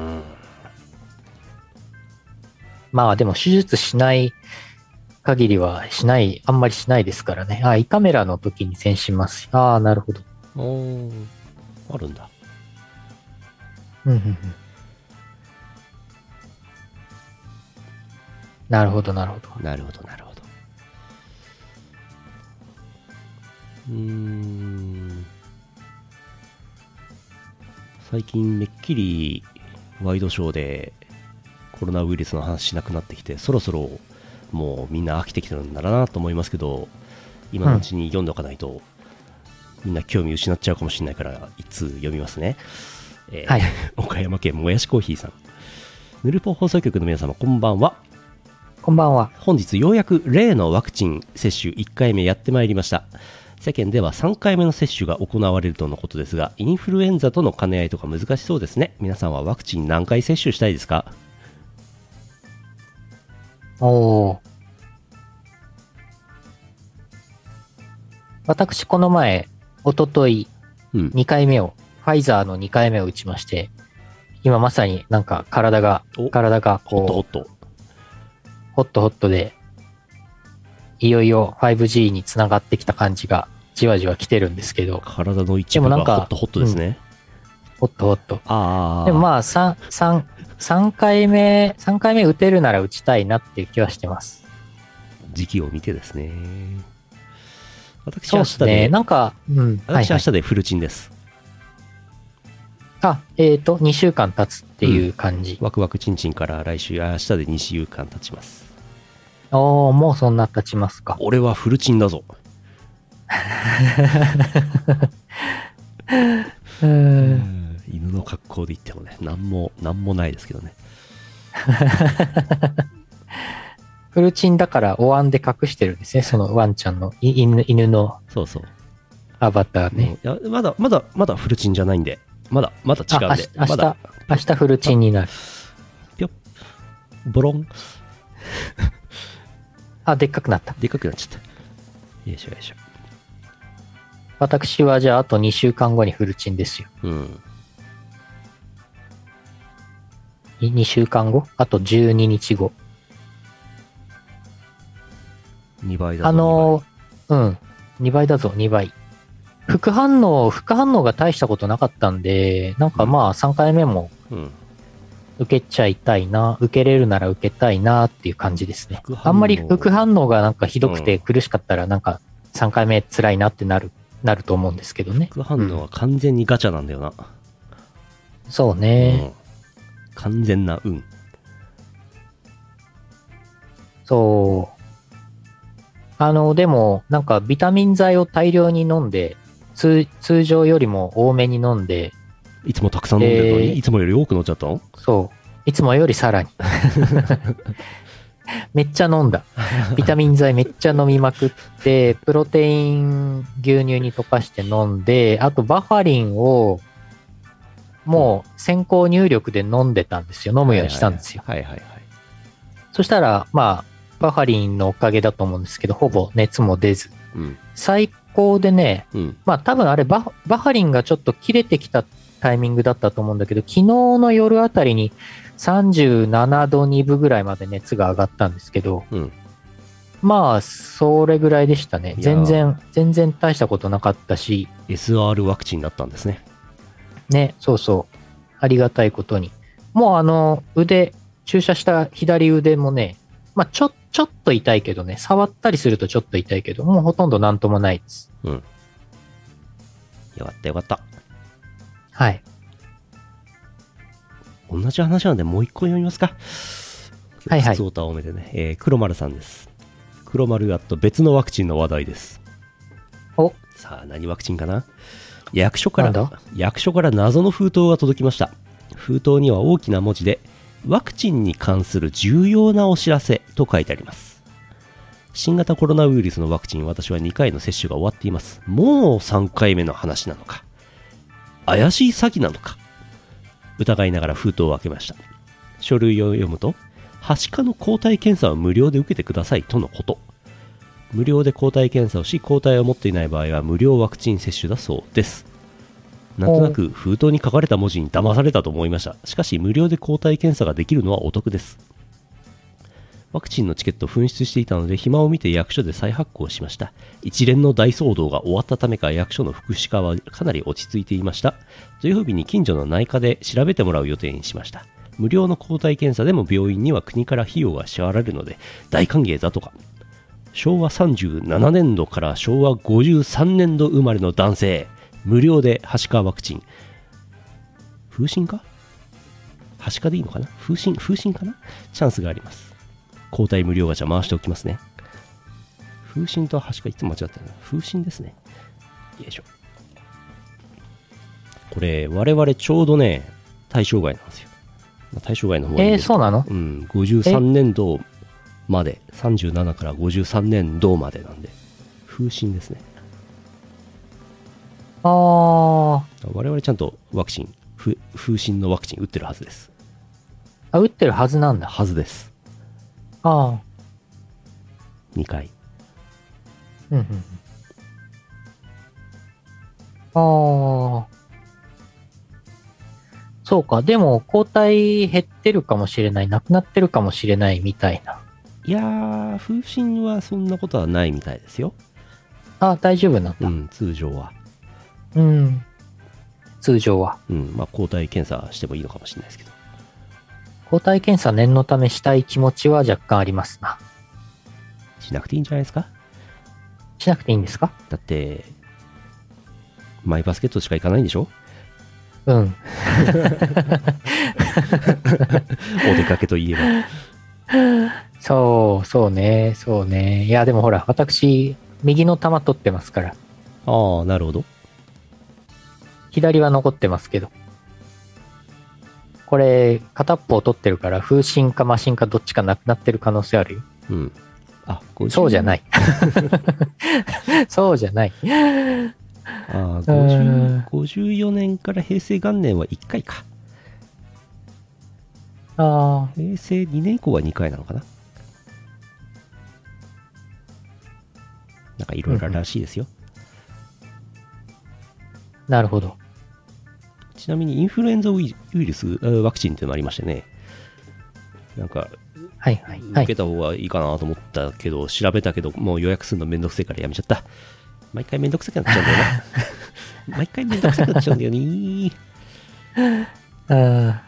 まあでも手術しない限りはしない、あんまりしないですからね。ああ、胃カメラの時に全身麻酔。ああ、なるほど。 おー、あるんだ。 うんうんうん。なるほど、なるほど。 なるほど、なるほど。うーん。最近めっきりワイドショーでコロナウイルスの話しなくなってきて、そろそろもうみんな飽きてきてるんだなと思いますけど、今のうちに読んでおかないと、うん、みんな興味失っちゃうかもしれないからいつ読みますね。えーはい、岡山県もやしコーヒーさん、ヌルポ放送局の皆様こんばんは。 こんばんは。 本日ようやく例のワクチン接種いっかいめやってまいりました。世間ではさんかいめの接種が行われるとのことですが、インフルエンザとの兼ね合いとか難しそうですね。皆さんはワクチン何回接種したいですか？ おー。私この前、おとといにかいめを、うん、ファイザーのにかいめを打ちまして、今まさになんか体が、体がこう、 ホットホット。 ホットホットで、いよいよ ファイブジー につながってきた感じがじわじわ来てるんですけど。 体の一部がホットホットですね。うん、 ホットホット。 ああ。 でもまあ3、3、3回目、さんかいめ打てるなら打ちたいなっていう気はしてます。 時期を見てですね。私そうですね。なんか、うん。 私明日でフルチンです。 はいはい、あ、えっと、にしゅうかん経つっていう感じ。 うん、ワクワクチンチンから来週、明日でにしゅうかん経ちます。 おー、もうそんな経ちますか。 俺はフルチンだぞ。うん犬の格好で言ってもね、なんも、なんもないですけどね。 フルチンだからお椀で隠してるんですね、そのワンちゃんの犬、犬のそうそうアバターね。 いやまだ、まだ、まだフルチンじゃないんで、まだ、まだ違うんで、 明日、 まだ明日フルチンになる。 ぴょっ。ボロン。 あ、でっかくなった。 でっかくなっちゃった。よいしょよいしょ。 私はじゃああとにしゅうかんごにフルチンですよ。 うん。 にしゅうかんご？あとじゅうににちご。 にばいだぞ。 あのー、うん。にばいだぞ、にばい。副反応、副反応が大したことなかったんで、なんかまあさんかいめも受けちゃいたいな、受けれるなら受けたいなっていう感じですね。あんまり副反応がなんかひどくて苦しかったらなんかさんかいめ辛いなってなる、なると思うんですけどね。 副反応は完全にガチャなんだよな。 うん、そうね、 うん。完全な運。 そう。あの、でもなんかビタミン剤を大量に飲んで、通, 通常よりも多めに飲んで、 いつもたくさん飲んでるのに、えー、いつもより多く飲っちゃったの？ そう。いつもよりさらに。めっちゃ飲んだ。ビタミン剤めっちゃ飲みまくって、プロテイン牛乳に溶かして飲んで、あとバファリンをもう先行入力で飲んでたんですよ。飲むようにしたんですよ。 はいはいはい。 そしたら、まあ、バファリンのおかげだと思うんですけど、ほぼ熱も出ず。 うん、 最高でね、うん、まあ多分あれバ、バファリンがちょっと切れてきたタイミングだったと思うんだけど、昨日の夜あたりにさんじゅうななどにぶぐらいまで熱が上がったんですけど、うん、まあそれぐらいでしたね。全然全然大したことなかったし、 エスアール ワクチンだったんですね。 ね、そうそうありがたいことに、もうあの腕注射した左腕もね、まあちょちょっと痛いけどね、触ったりするとちょっと痛いけど、もうほとんどなんともないです。 うん。よかったよかった。 はい。 同じ話なんでもう一個読みますか。 はいはい。 普通オタ多めでね、えー、黒丸さんです。黒丸あと別のワクチンの話題です。 お、 さあ何ワクチンかな。役所から役所から謎の封筒が届きました。封筒には大きな文字でワクチンに関する重要なお知らせと書いてあります。新型コロナウイルスのワクチン、私はにかいの接種が終わっています。もうさんかいめの話なのか、怪しい詐欺なのか、疑いながら封筒を開けました。書類を読むと、はしかの抗体検査を無料で受けてくださいとのこと。無料で抗体検査をし、抗体を持っていない場合は無料ワクチン接種だそうです。なんとなく封筒に書かれた文字に騙されたと思いました。しかし無料で抗体検査ができるのはお得です。ワクチンのチケットを紛失していたので暇を見て役所で再発行しました。一連の大騒動が終わったためか役所の福祉課はかなり落ち着いていました。土曜日に近所の内科で調べてもらう予定にしました。無料の抗体検査でも病院には国から費用が支払われるので大歓迎だとか。しょうわさんじゅうななねんどからしょうわごじゅうさんねんど生まれの男性、無料ではしかワクチン。風疹か、はしかでいいのかな、風疹風疹かな、チャンスがあります。抗体無料ガチャ回しておきますね。風疹とはしかいつも間違ってるな。風疹ですね。よいしょ。これ我々ちょうどね対象外なんですよ。対象外の方がいいんですけど、 えー、そうなの？ うん、ごじゅうさんねんどまで、さんじゅうななからごじゅうさんねんどまでなんで風疹ですね。 ああ。 我々ちゃんとワクチン、ふ風疹のワクチン打ってるはずです。 あ、打ってるはずなんだ。 はずです。 ああ。 にかい。 うんうん。ああ。そうか。でも抗体減ってるかもしれない、なくなってるかもしれないみたいな。 いやー、風疹はそんなことはないみたいですよ。 あ、大丈夫なんだ。 うん、通常は。 うん。通常は。 うん、まあ抗体検査してもいいのかもしれないですけど。 抗体検査念のためしたい気持ちは若干ありますな。 しなくていいんじゃないですか？ しなくていいんですか？ だって、マイバスケットしか行かないんでしょ？ うん。 お出かけといえば。 そう、そうね、そうね。いや、でもほら、私、右の球取ってますから。 ああ、なるほど。 左は残ってますけど。これ、片っぽ取ってるから、風疹かマシンかどっちかなくなってる可能性あるよ。 うん。あ、 そうじゃない。そうじゃない。 ああ、ごじゅう、ごじゅうよねんから平成元年はいっかいか。 あ平成にねん以降はにかいなのかな。なんかいろいろあるらしいですよ。 あ、なるほど。 ちなみにインフルエンザウイウイルスあワクチンっていうのもありましてね。なんか、 はいはいは受けい。 た方がいいかなと思ったけど、調べたけど、もう予約するのめんどくせえからやめちゃった。毎回めんどくさくなっちゃうんだよな。毎回めんどくさくなっちゃうんだよね。 あ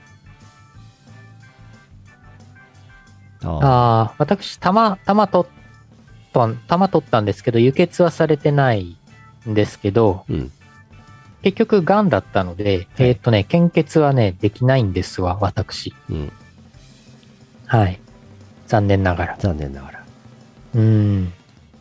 ああ、 あー、私、玉、玉取ったん、玉取ったんですけど、輸血はされてないんですけど、 うん。 結局、癌だったので、 はいえっとね、献血はね、できないんですわ、私。 うん。 はい。残念ながら。 残念ながら。 うーん。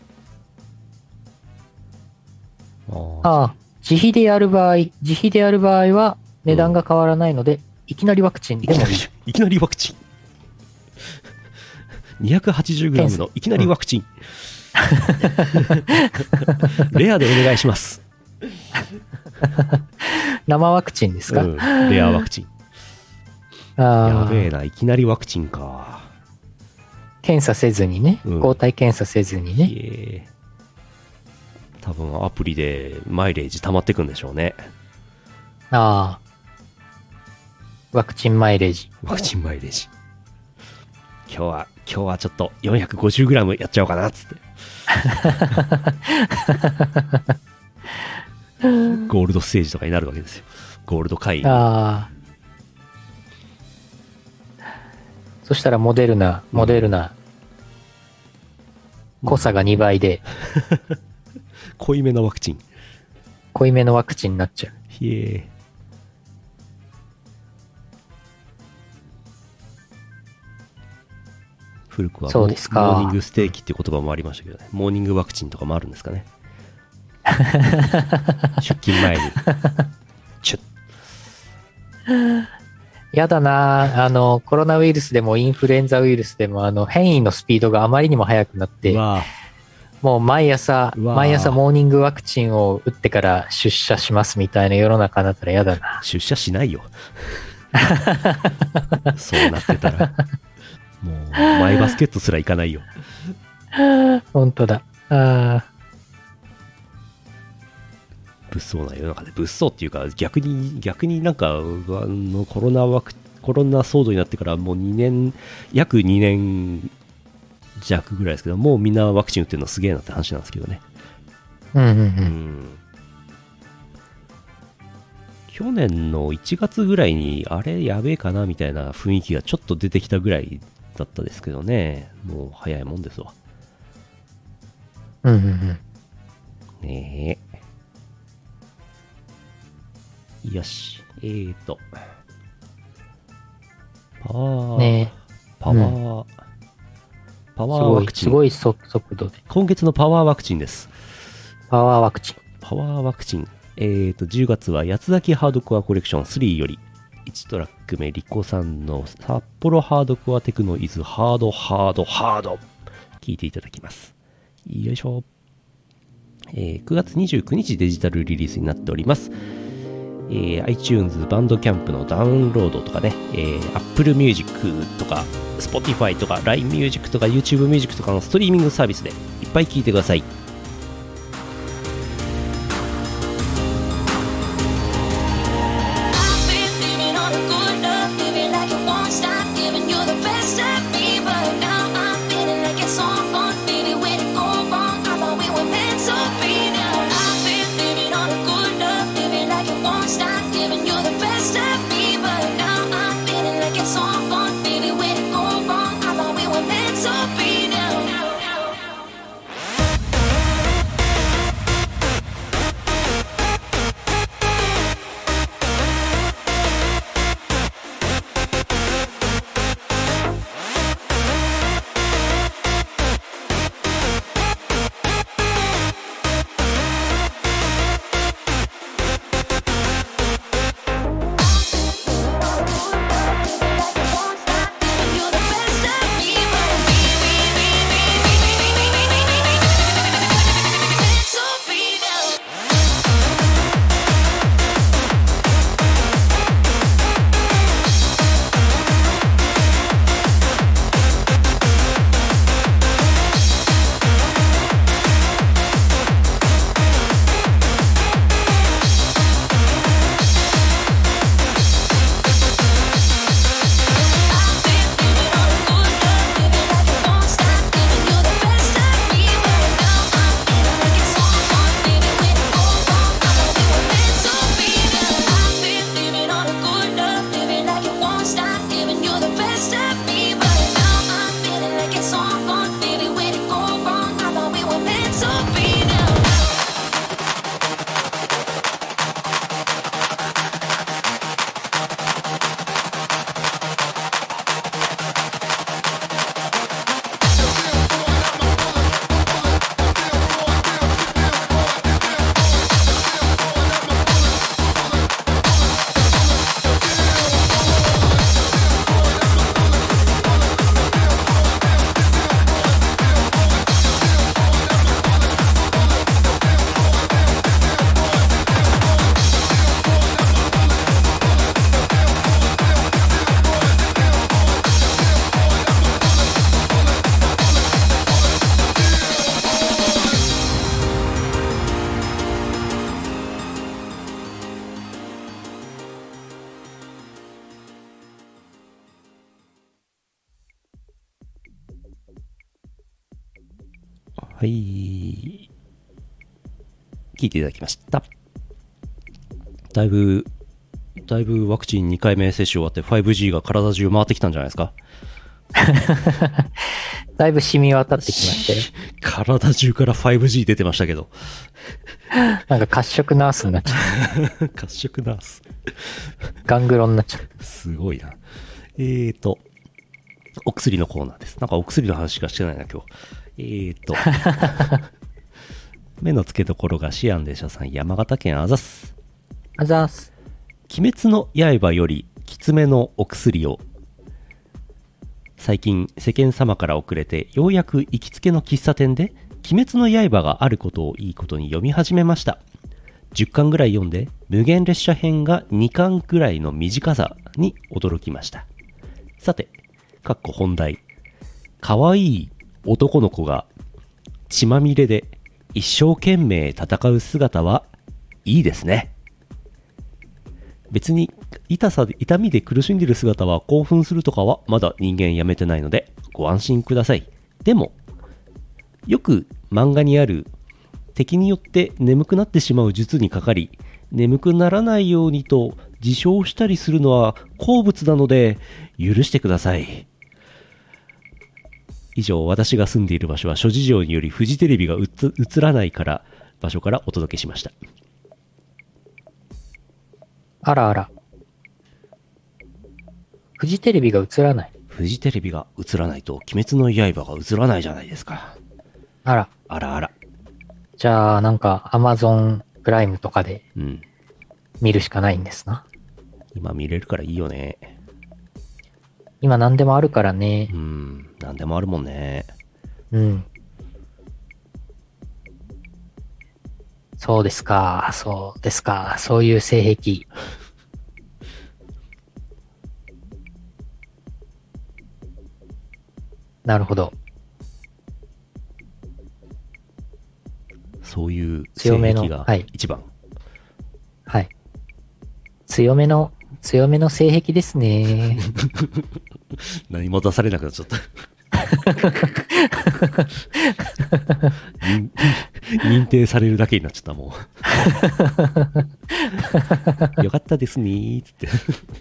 ああ、 ああ、自費でやる場合、自費でやる場合は値段が変わらないので、いきなりワクチンでもいい。 いきなりワクチン。にひゃくはちじゅうグラム のいきなりワクチン。レアでお願いします。 生ワクチンですか、 うん、レアワクチン。 ああ、 やべえな、いきなりワクチンか。 検査せずにね、 うん抗体検査せずにね。 えー多分アプリでマイレージ溜まってくんでしょうね。 ああ、ワクチンマイレージ。 ワクチンマイレージ。今日は、今日はちょっと よんひゃくごじゅうグラム やっちゃおうかなっつって。ゴールドステージとかになるわけですよ。ゴールド会員。 ああ。そしたらモデルナ、モデルナ、濃さがにばいで、 濃いめのワクチン。 濃いめのワクチンになっちゃう。 ひえ。古くはそうですかモーニングステーキっていう言葉もありましたけどね。モーニングワクチンとかもあるんですかね。出勤前に。チュッ。 やだなあの、コロナウイルスでもインフルエンザウイルスでも、あの、変異のスピードがあまりにも速くなってう、わもう毎朝、 うわ毎朝モーニングワクチンを打ってから出社しますみたいな世の中だったらやだな。 出社しないよ。そうなってたら。もう、マイバスケットすら行かないよ。 本当だ。あ物騒な世の中で、物騒っていうか、逆に、逆になんか、あのコロナワク、コロナ騒動になってからもうにねん、約にねん弱ぐらいですけど、もうみんなワクチン打ってるのすげえなって話なんですけどね。 ーうんうんう。 うんん。去年のいちがつぐらいに、あれやべえかなみたいな雰囲気がちょっと出てきたぐらいだったですけどね。もう早いもんですわ。 うんうんうん。 ねえ。よし。えーと。パワー、 ねパワー、パえ、すワーごいワク、チン。 すごい速速度で。 今月のパワーワクチンです。 パワーワクチン。 パワーワクチン。えーと、じゅうがつは八つ崎ハードコアコレクションスリーより、いちトラック目、リコさんの札幌ハードコアテクノイズハードハードハード。聞いていただきます。よいしょ。えーくがつにじゅうくにちデジタルリリースになっております。えー iTunes、バンドキャンプのダウンロードとかね、えー Apple Music とか Spotify とか ライン Music とか YouTube Music とかのストリーミングサービスでいっぱい聴いてください。 はい。聞いていただきました。だいぶ、だいぶワクチンにかいめ接種終わって ファイブジー が体中回ってきたんじゃないですか。 だいぶ染み渡ってきましたよ。 体中から ファイブジー 出てましたけど。 なんか褐色ナースになっちゃう。褐色ナース。 ガングロになっちゃう。 すごいな。えーと、お薬のコーナーです。なんかお薬の話しかしてないな、今日。えーと、目の付けどころがシアンでしゃさん、山形県あざす。 あざす。 鬼滅の刃よりきつめのお薬を。最近世間様から遅れてようやく行きつけの喫茶店で鬼滅の刃があることをいいことに読み始めました。じゅっかんぐらい読んで無限列車編がにかんぐらいの短さに驚きました。さて、かっこ本題。かわいい男の子が血まみれで一生懸命戦う姿はいいですね。別に痛さで痛みで苦しんでいる姿は興奮するとかはまだ人間やめてないのでご安心ください。でもよく漫画にある敵によって眠くなってしまう術にかかり眠くならないようにと自傷したりするのは好物なので許してください。以上、私が住んでいる場所は諸事情によりフジテレビが映らないから場所からお届けしました。 あらあら。フジテレビが映らない。 フジテレビが映らないと鬼滅の刃が映らないじゃないですか。 あら。 あらあら。 じゃあなんかアマゾンプライムとかでうん見るしかないんですな。 今見れるからいいよね。 今何でもあるからね。 うん、何でもあるもんね。 うん。そうですか、そうですか、そういう性癖。なるほど。 そういう強めの性癖が一番。 はい。はい、強めの、強めの性癖ですね。 何も出されなくなっちゃった。認, 認定されるだけになっちゃったもう。よかったですねーつって。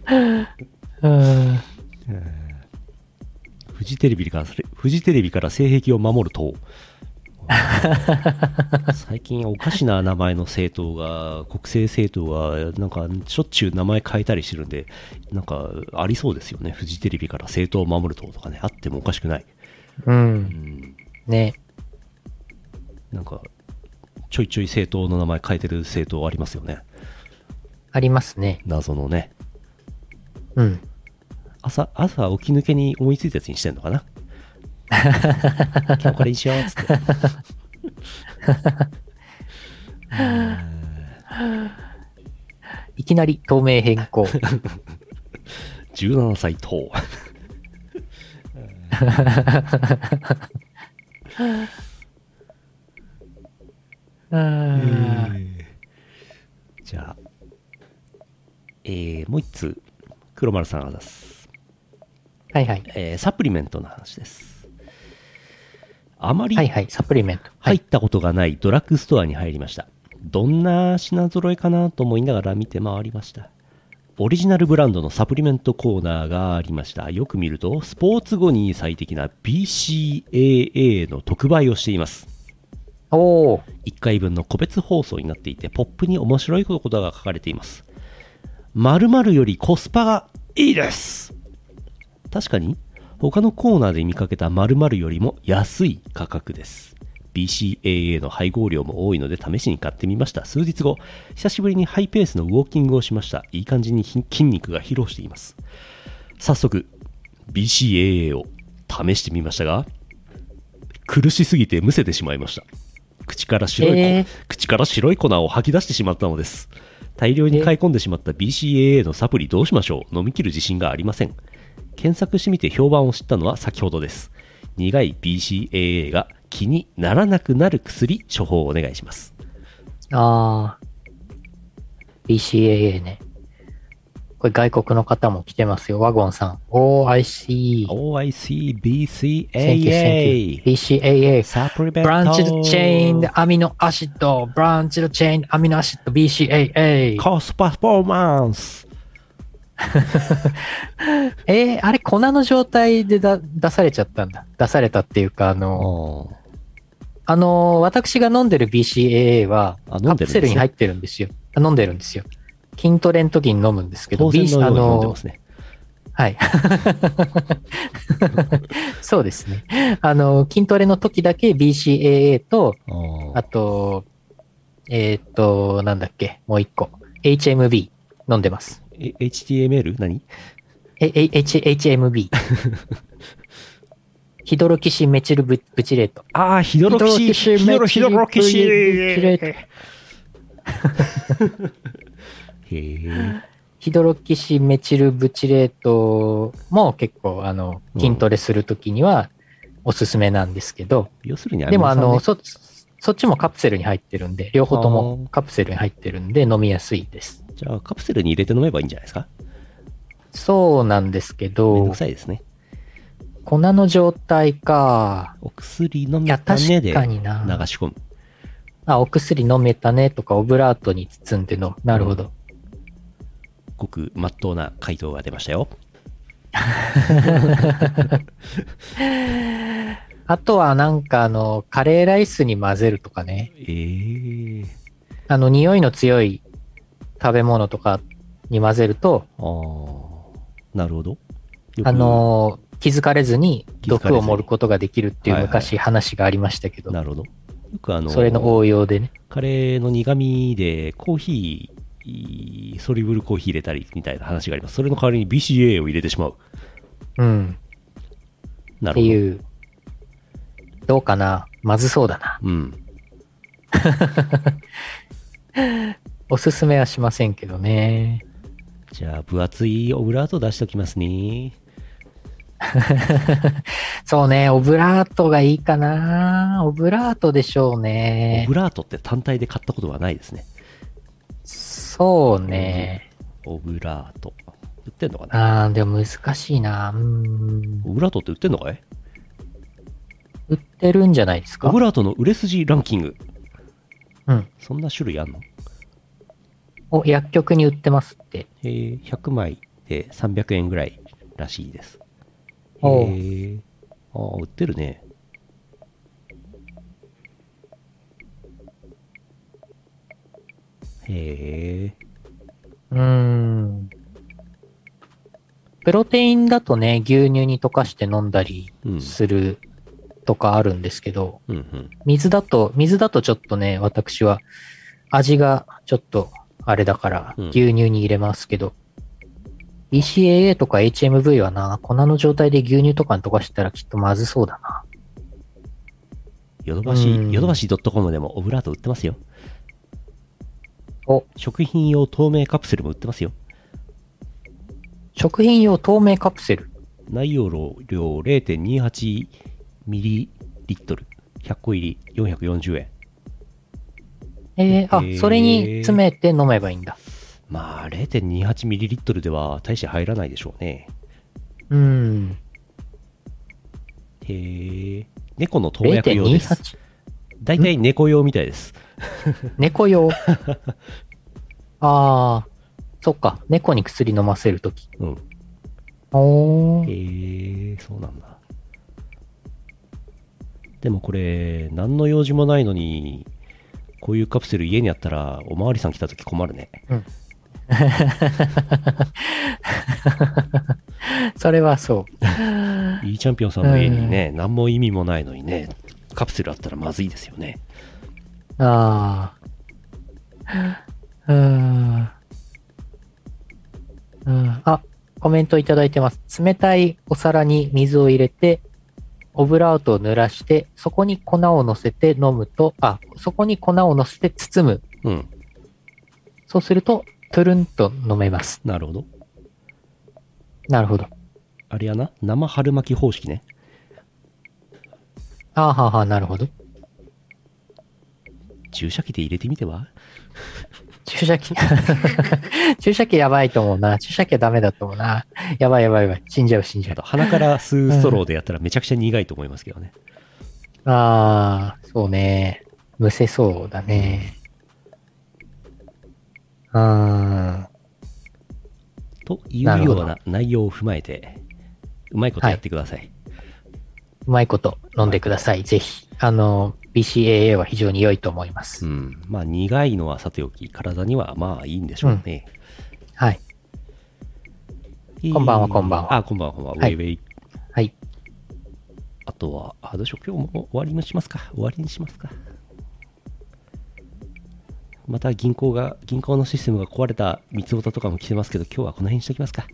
フジテレビからフジテレビから性癖を守る党。最近おかしな名前の政党が国政政党がなんかしょっちゅう名前変えたりしてるんで、なんかありそうですよね。フジテレビから政党を守る党とかね、あってもおかしくない。 うん、うんうんね。 なんかちょいちょい政党の名前変えてる政党ありますよね。 ありますね。 謎のね。 うん。 朝朝起き抜けに思いついたやつにしてんのかな。今日これにしようっつって。 いきなり党名変更。 じゅうななさい党。じゃあ、えー、もう一つ黒丸さんが出す。 はいはい。 えー、サプリメントの話です。あまりはいはい、サプリメント。 入ったことがないドラッグストアに入りました。どんな品揃えかなと思いながら見て回りました。オリジナルブランドのサプリメントコーナーがありました。よく見るとスポーツ後に最適な ビーシーエーエー の特売をしています。 おー。 いっかいぶんの個別包装になっていて、ポップに面白いことが書かれています。〇〇よりコスパがいいです。確かに他のコーナーで見かけた〇〇よりも安い価格です。 ビーシーエーエー の配合量も多いので試しに買ってみました。数日後、久しぶりにハイペースのウォーキングをしました。いい感じに筋肉が披露しています。早速 ビーシーエーエー を試してみましたが、苦しすぎてむせてしまいました。口から白い、えー、口から白い粉を吐き出してしまったのです。大量に買い込んでしまった ビーシーエーエー のサプリどうしましょう。飲み切る自信がありません。検索してみて評判を知ったのは先ほどです。苦い ビーシーエーエー が気にならなくなる薬処方をお願いします。 あー ビーシーエーエー ね。 これ外国の方も来てますよ。ワゴンさん。Oh, I see. Oh, I see.ビーシーエー Thank you, thank you. ビーシーエーエー。 サプリメント。 ブランチドチェーンアミノアシッド。ブランチドチェーンアミノアシッド ビーシーエーエー。 コストパフォーマンス。 えー、あれ粉の状態でだ出されちゃったんだ。出されたっていうか、あの、あの、私が飲んでる ビーシーエーエー はカプセルに入ってるんですよ。飲んでるんですよ。筋トレの時に飲むんですけど、 当然のように飲んでますね。 はい。そうですね。あの、筋トレの時だけ ビーシーエーエー と、あと、えー、っと、なんだっけ、もう一個。エイチエムビー 飲んでます。 え エイチティーエムエル？ 何？ え、H、エイチエムビー。ヒドロキシメチルブチレート。 ああ、ヒドロキシ、ヒドロ、ヒドロキシレート。へえ。 ヒドロキシメチルブチレートも結構、あの、筋トレするときにはおすすめなんですけど、 要するに、 でもあの、そ、そっちもカプセルに入ってるんで、両方ともカプセルに入ってるんで飲みやすいです。 じゃあ、カプセルに入れて飲めばいいんじゃないですか？ そうなんですけど、 めんどくさいですね。 粉の状態か。 お薬飲めたねで流し込む。 あ、お薬飲めたねとか、オブラートに包んでの。なるほど。 ごく真っ当な回答が出ましたよ。 あとはなんかあの、カレーライスに混ぜるとかね。 えー、 あの、匂いの強い食べ物とかに混ぜると、 ああ、なるほど。 あの、気づかれずに毒を盛ることができるっていう昔話がありましたけど。 なるほど。よくあの、 それの応用でね。 カレーの苦味でコーヒー、ソリブルコーヒー入れたりみたいな話があります。それの代わりに ビーシーエー を入れてしまう。 うん。 なるほど。 っていう。どうかな？まずそうだな。 うん。 おすすめはしませんけどね。 じゃあ、分厚いオブラート出しときますね。 そうね、オブラートがいいかな。オブラートでしょうね。 オブラートって単体で買ったことはないですね。 そうね。 オブラート。売ってんのかな？ あー、でも難しいな。うーん。 オブラートって売ってんのかい？ 売ってるんじゃないですか？ オブラートの売れ筋ランキング。 うん。 そんな種類あんの？ お、薬局に売ってますって。 えー、ひゃくまいでさんびゃくえんぐらいらしいです。へおう。 ー。ああ、売ってるね。へえ。 うーん。プロテインだとね、牛乳に溶かして飲んだりするとかあるんですけど、 うんうん。 水だと、水だとちょっとね、私は味がちょっとあれだからうん牛乳に入れますけど、ビーシーエーエー とか エイチエムブイ はな、粉の状態で牛乳とかに溶かしたらきっとまずそうだな。 ヨドバシ、 うんヨドバシ .com でもオブラート売ってますよ。 お、 食品用透明カプセルも売ってますよ。 食品用透明カプセル。 内容量 れいてんにはちミリリットル。ひゃっこ入りよんひゃくよんじゅうえん。 えー、あ、 へーそれに詰めて飲めばいいんだ。 まあ れいてんにはちミリリットルでは大して入らないでしょうね。 うん。 へえ。猫の投薬用です。 れいてんにはち？ だいたい猫用みたいです。 猫用。ああ、そっか。猫に薬飲ませるとき。 うん。 おー。 へえ、そうなんだ。でもこれ、何の用事もないのに、こういうカプセル家にあったら、おまわりさん来たとき困るね。 うん。それはそう。 いいチャンピオンさんの家にね、何も意味もないのにね、カプセルあったらまずいですよね。 ああ。うーん。うん。あ、コメントいただいてます。冷たいお皿に水を入れて、オブラートを濡らして、そこに粉を乗せて飲むと、あ、そこに粉を乗せて包む。 うん。 そうすると、トゥルンと飲めます。 なるほど。 なるほど。 あれやな、生春巻き方式ね。 あーはーはー、なるほど。 注射器で入れてみては？ 注射器。注射器やばいと思うな。注射器はダメだと思うな。やばいやばいやばい。死んじゃう死んじゃう。 あと鼻から吸うストローでやったらめちゃくちゃ苦いと思いますけどね。 ああ、そうね。むせそうだね。うーん。 というような内容を踏まえて、うまいことやってください。はい、 うまいこと飲んでください。ぜひ。あの、ビーシーエーエー は非常に良いと思います。 うん。まあ、苦いのはさておき、体にはまあいいんでしょうね。 うん、はい。こんばんは、こんばんは。 あ、こんばんは、こんばんは。 はい、 ウェイウェイ。 はい。 あとは、あ、どうしよう。今日も終わりにしますか。終わりにしますか。また銀行が、銀行のシステムが壊れた三つおたとかも来てますけど、今日はこの辺にしておきますか。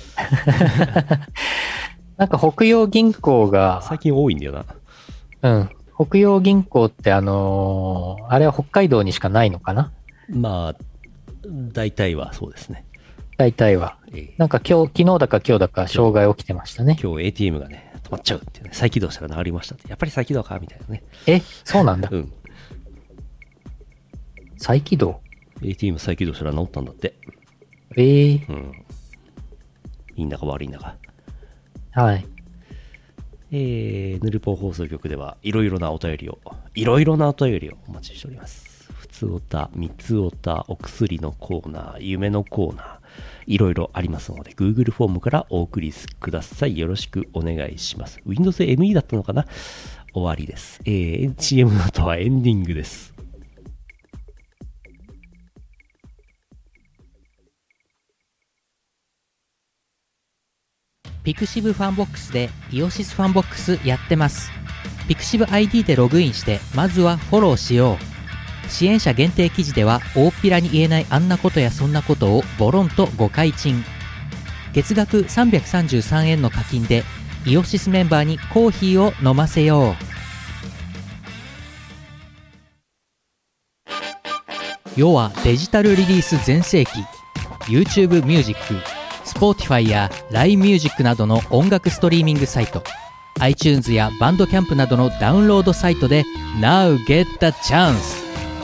なんか北洋銀行が。 最近多いんだよな。うん。北洋銀行ってあのー、あれは北海道にしかないのかな？ まあ、大体はそうですね。 大体は。ええ、なんか今日、昨日だか今日だか障害起きてましたね。 今日 エーティーエム がね、止まっちゃうっていうね、再起動したら治りましたって。やっぱり再起動かみたいなね。 え、そうなんだ。 うん。 再起動エーティーエム 再起動したら治ったんだって。 ええー。 うん。いいんだか悪いんだか。 はい。 えー、ヌルポ放送局ではいろいろなお便りを、いろいろなお便りをお待ちしております。ふつおた、みつおた、お薬のコーナー、夢のコーナー、いろいろありますので、Google フォームからお送りください。よろしくお願いします。Windows エムイー だったのかな？終わりです。えー、シーエム の後はエンディングです。 ピクシブファンボックスでイオシスファンボックスやってます。ピクシブ アイディー でログインしてまずはフォローしよう。支援者限定記事では大っぴらに言えないあんなことやそんなことをボロンとご開陳。月額さんびゃくさんじゅうさんえんの課金でイオシスメンバーにコーヒーを飲ませよう。世はデジタルリリース全盛期。 YouTube ミュージック、Spotify や ライン ミュージックなどの音楽ストリーミングサイト、 iTunes やバンドキャンプなどのダウンロードサイトで Now get the chance。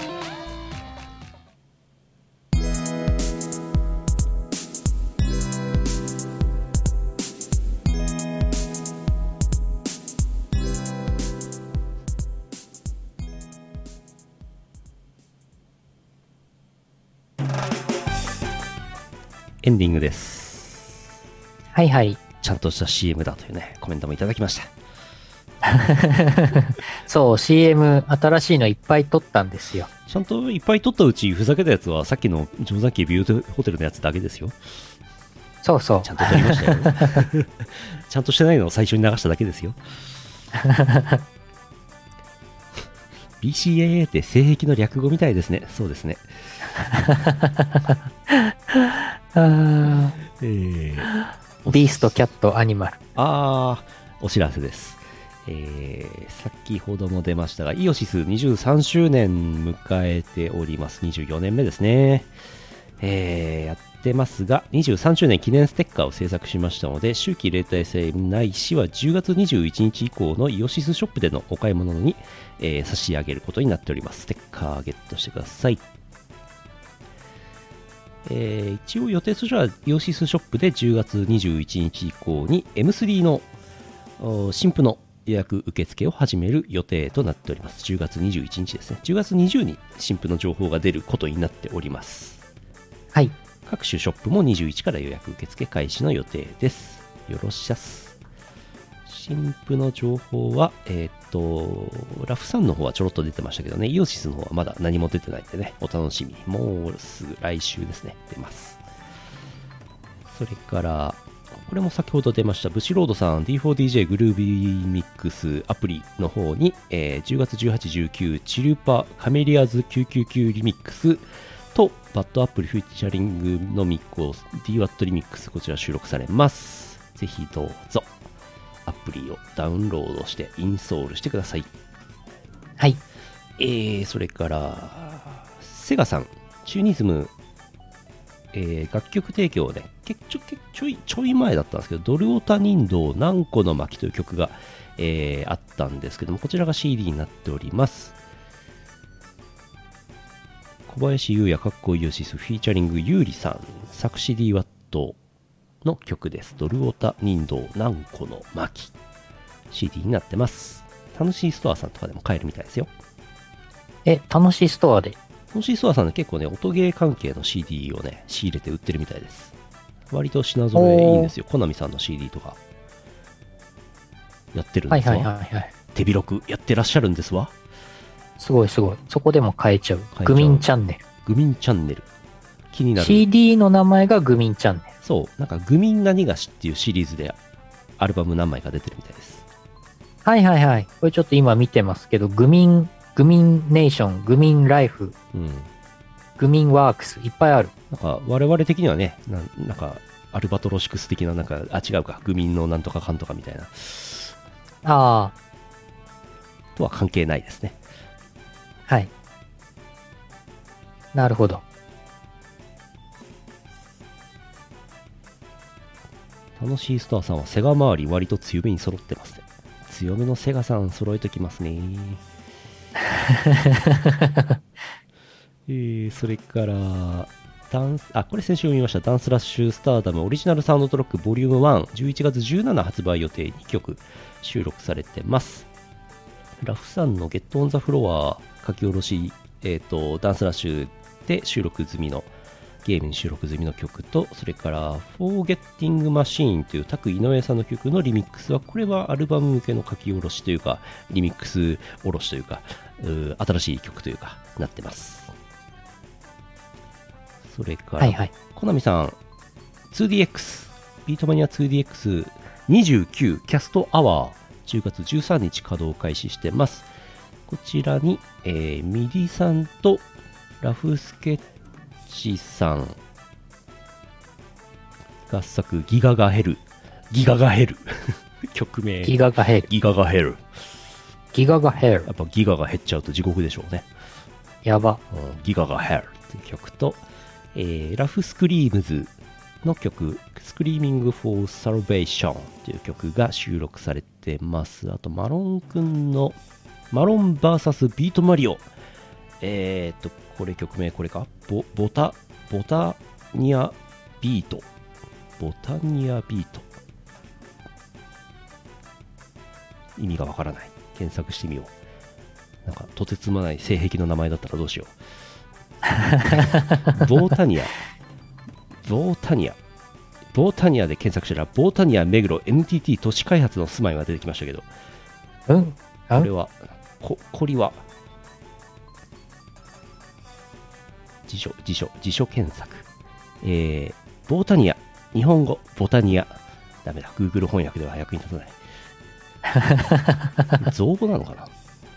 エンディングです。 はいはい。 ちゃんとした シーエム だというね、コメントもいただきました。 そう、シーエム 新しいのいっぱい撮ったんですよ。 ちゃんといっぱい撮ったうち、ふざけたやつはさっきの定山渓ビューホテルのやつだけですよ。 そうそう。 ちゃんと撮りましたよ。ちゃんとしてないのを最初に流しただけですよ。ビーシーエーエー って性癖の略語みたいですね。そうですね。 あえー、 ビースト、キャット、アニマル。 あー、お知らせです。えー、先ほども出ましたが、イオシスにじゅうさんしゅうねん迎えております。にじゅうよねんめですね。えー、やってますが、にじゅうさんしゅうねん記念ステッカーを制作しましたので、秋季例大祭ないしはじゅうがつにじゅういちにち以降のイオシスショップでのお買い物に、えー、差し上げることになっております。ステッカーゲットしてください。えー、一応予定としてはイオシスショップでじゅうがつにじゅういちにち以降に エムスリー の新譜の予約受付を始める予定となっております。じゅうがつにじゅういちにちですね。じゅうがつにじゅうに新譜の情報が出ることになっております。 はい。 各種ショップもにじゅういちから予約受付開始の予定です。よろしゃす。新譜の情報は、えっ、ー、と、ラフさんの方はちょろっと出てましたけどね、イオシスの方はまだ何も出てないんでね、お楽しみ。もうすぐ来週ですね、出ます。それから、これも先ほど出ました、ブシロードさん ディーフォーディージェー グルービーミックスアプリの方に、えー、じゅうがつじゅうはち、じゅうくチルパカメリアズきゅうきゅうきゅうリミックスとバッドアップルフィーチャリングのミックス ディーワット リミックス、こちら収録されます。ぜひどうぞアプリをダウンロードしてインストールしてください。 はい。 えー、それからセガさんチューニズム、えー、楽曲提供でちょちょいちょい前だったんですけど、ドルオタ人道何個の巻という曲が、えー、あったんですけども、こちらが シーディー になっております。 小林優也かっこイオシスフィーチャリングゆうりさん、作詞 ディーワット の曲です。ドルオタ人道南湖の巻 シーディー になってます。楽しいストアさんとかでも買えるみたいですよ。 え、楽しいストアで。 楽しいストアさんで結構ね、音ゲー関係の シーディー をね、仕入れて売ってるみたいです。割と品揃えいいんですよ。コナミさんの シーディー とかやってるんですわ。 はいはいはいはい。 手広くやってらっしゃるんですわ。 すごいすごい。そこでも買えちゃう。 買えちゃうグミンチャンネル。 グミンチャンネル。気になる。 シーディー の名前がグミンチャンネル。 そう、なんかグミン何がしっていうシリーズでアルバム何枚か出てるみたいです。 はいはいはい。これちょっと今見てますけど、グミン、グミンネーション、グミンライフ、 うん。 グミンワークス、いっぱいある。 なんか我々的にはね、ななんかアルバトロシクス的な、なんか、あ、違うか、グミンのなんとかかんとかみたいな。 ああ、 とは関係ないですね。 はい。なるほど。 楽しいストアさんはセガ周り割と強めに揃ってますね。強めのセガさん揃えときますね。えー、それからダンス、あ、これ先週見ました。ダンスラッシュスターダムオリジナルサウンドトラックボリュームワン、じゅういちがつじゅうしちにち発売予定にきょく収録されてます。ラフさんのゲットオンザフロア書き下ろし、えーと、ダンスラッシュで収録済みのゲームに収録済みの曲と、それからフォーゲッティングマシーンというタク井上さんの曲のリミックスは、これはアルバム向けの書き下ろしというか、リミックス下ろしというか、う新しい曲というかなってます。それから、 はいはい。 コナミさん ツーディーエックス ビートマニア ツーディーエックスにじゅうきゅう キャストアワーじゅうがつじゅうさんにち稼働開始してます。こちらに、えー、ミディさんとラフスケッチさん合作ギガガヘルギガガヘル曲名ギガが減る。 ギガガヘル。 ギガが減る。 やっぱギガが減っちゃうと地獄でしょうね。 やば。 うん、ギガがヘルっていう曲と、えー、ラフスクリームズの曲スクリーミングフォーサルベーションという曲が収録されてます。あとマロンくんのマロン ブイエス ビートマリオ、えー、っとこれ曲名これか、ボボタボタニアビートボタニアビート、意味がわからない。検索してみよう。なんかとてつもない性癖の名前だったらどうしよう。ボータニアボータニアボータニアで検索したらボータニア目黒 エヌティーティー 都市開発の住まいが出てきましたけど、 うんこれはここりは辞書辞書辞書検索、えー、ボータニア日本語ボタニアダメだ Google 翻訳では役に立たない造語なのかな。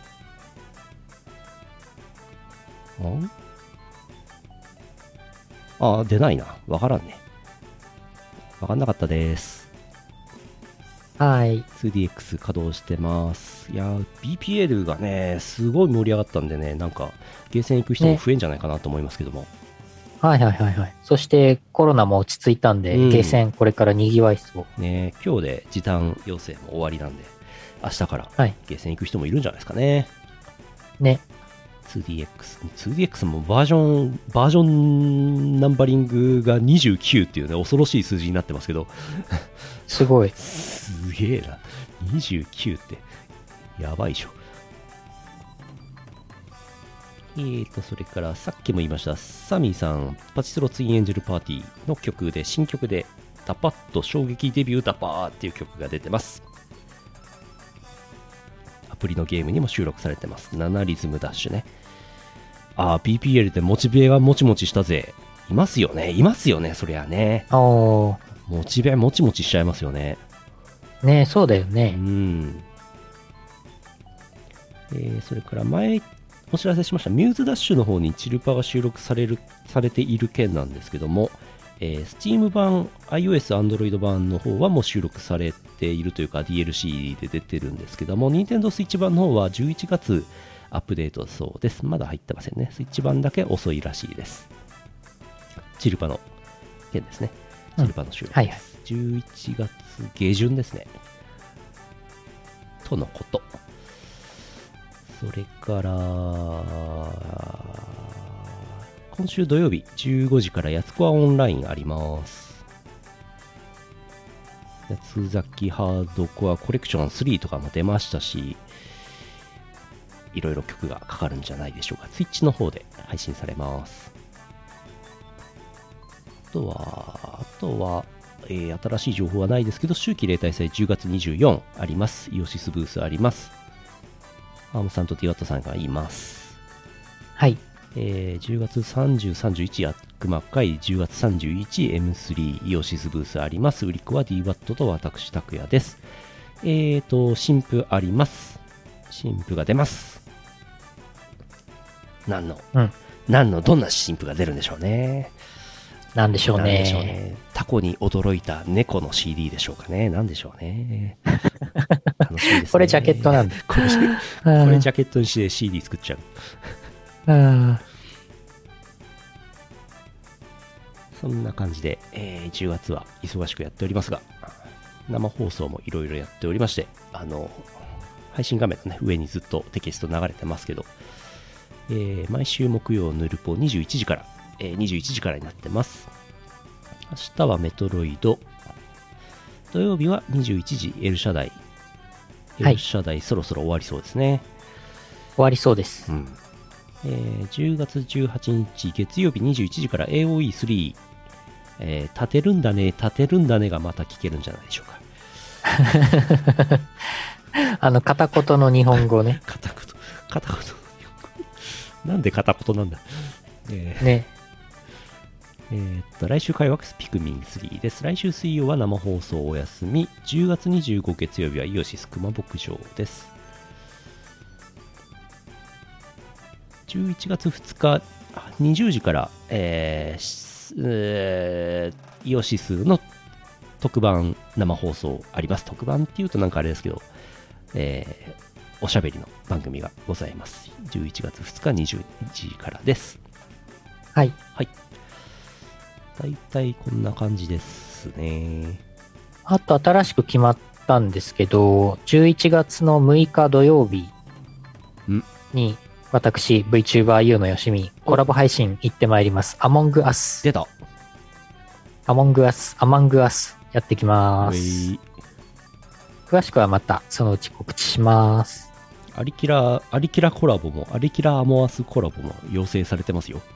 ああ出ないな、わからんね、わかんなかったです。 はい。 ツーディーエックス 稼働してます。いやー ビーピーエル がねすごい盛り上がったんでね、なんかゲーセン行く人も増えんじゃないかなと思いますけども、ね、 はいはいはいはい。そしてコロナも落ち着いたんで、うん、ゲーセンこれから賑わいそう。 ね、今日で時短要請も終わりなんで、明日からゲーセン行く人もいるんじゃないですかね。 ね。 ツーディーエックス、ツーディーエックス もバージョン、バージョンナンバリングがにじゅうきゅうっていうね、恐ろしい数字になってますけど。 すごい。 すげえな。にじゅうきゅうって、やばいでしょ。えーと、それからさっきも言いました、サミーさん、パチスロツインエンジェルパーティーの曲で、新曲で、ダパッと衝撃デビューダパーっていう曲が出てます。アプリのゲームにも収録されてます。ななリズムダッシュね。ああ、ビーピーエル でモチベがもちもちしたぜ。いますよね、いますよね、そりゃね。 おー。 モチベもちもちしちゃいますよね。 ねえ、そうだよね。 うん。えー、それから前お知らせしましたミューズダッシュの方にチルパが収録されるされている件なんですけども、えー、Steam 版 iOS、Android 版の方はもう収録されているというか ディーエルシー で出てるんですけども、 Nintendo Switch 版の方はじゅういちがつアップデートそうです。まだ入ってませんね。スイッチ版だけ遅いらしいです。チルパの件ですね。チルパの収録です、うんはいはい、じゅういちがつげじゅんですねとのこと。それから今週土曜日じゅうごじからやつこわオンラインあります。やつざきハードコアコレクションスリーとかも出ましたし、いろいろ曲がかかるんじゃないでしょうか。Twitch の方で配信されます。あとは、あとは、えー、新しい情報はないですけど、秋季例大祭じゅうがつにじゅうよっかあります。イオシスブースあります。アームさんとティワットさんがいます。 はい。 えー、じゅうがつさんじゅう、さんじゅういち悪魔会、じゅうがつさんじゅういち エムスリー イオシスブースあります。売り子は ディーワット と私拓也です。えーと、新譜あります。新譜が出ます。何の、 うん、 何のどんな新譜が出るんでしょうね。 なんでしょうね。 なんでしょうね。タコに驚いた猫の シーディー でしょうかね。なんでしょうね。楽しみですね。 これジャケットなんだ。 これ、これジャケットにして シーディー 作っちゃう。 あそんな感じで、えー、じゅうがつは忙しくやっておりますが、生放送もいろいろやっておりまして、あの、配信画面の、ね、上にずっとテキスト流れてますけど、えー、毎週木曜ヌルポにじゅういちじから、えー、にじゅういちじからになってます。明日はメトロイド、土曜日はにじゅういちじエルシャダイ、エルシャダイそろそろ終わりそうですね。 終わりそうです。 うん。えー、じゅうがつじゅうはちにち月曜日にじゅういちじから エーオーイースリー、えー、立てるんだね、立てるんだねがまた聞けるんじゃないでしょうか。 あの、片言の日本語ね。 片言、片言の日本語。なんで片言なんだ。えー、 ね。 えー、っと、来週火曜はピクミンスリーです。来週水曜は生放送お休み。じゅうがつにじゅうご月曜日はイオシス熊牧場です。じゅういちがつふつかにじゅうじから、えーえー、イオシスの特番生放送あります。特番っていうとなんかあれですけど、えー、おしゃべりの番組がございます。じゅういちがつふつかにじゅうじからです。 はい。 はい。だいたいこんな感じですね。 あと新しく決まったんですけど、じゅういちがつのむいか土曜日に、私、VTuber ユーのよしみ、コラボ配信行ってまいります。アモングアス。 出た。 アモングアス、アマングアス、やってきます。詳しくはまた、そのうち告知します。 アリキラ、アリキラコラボも、アリキラアモアスコラボも要請されてますよ。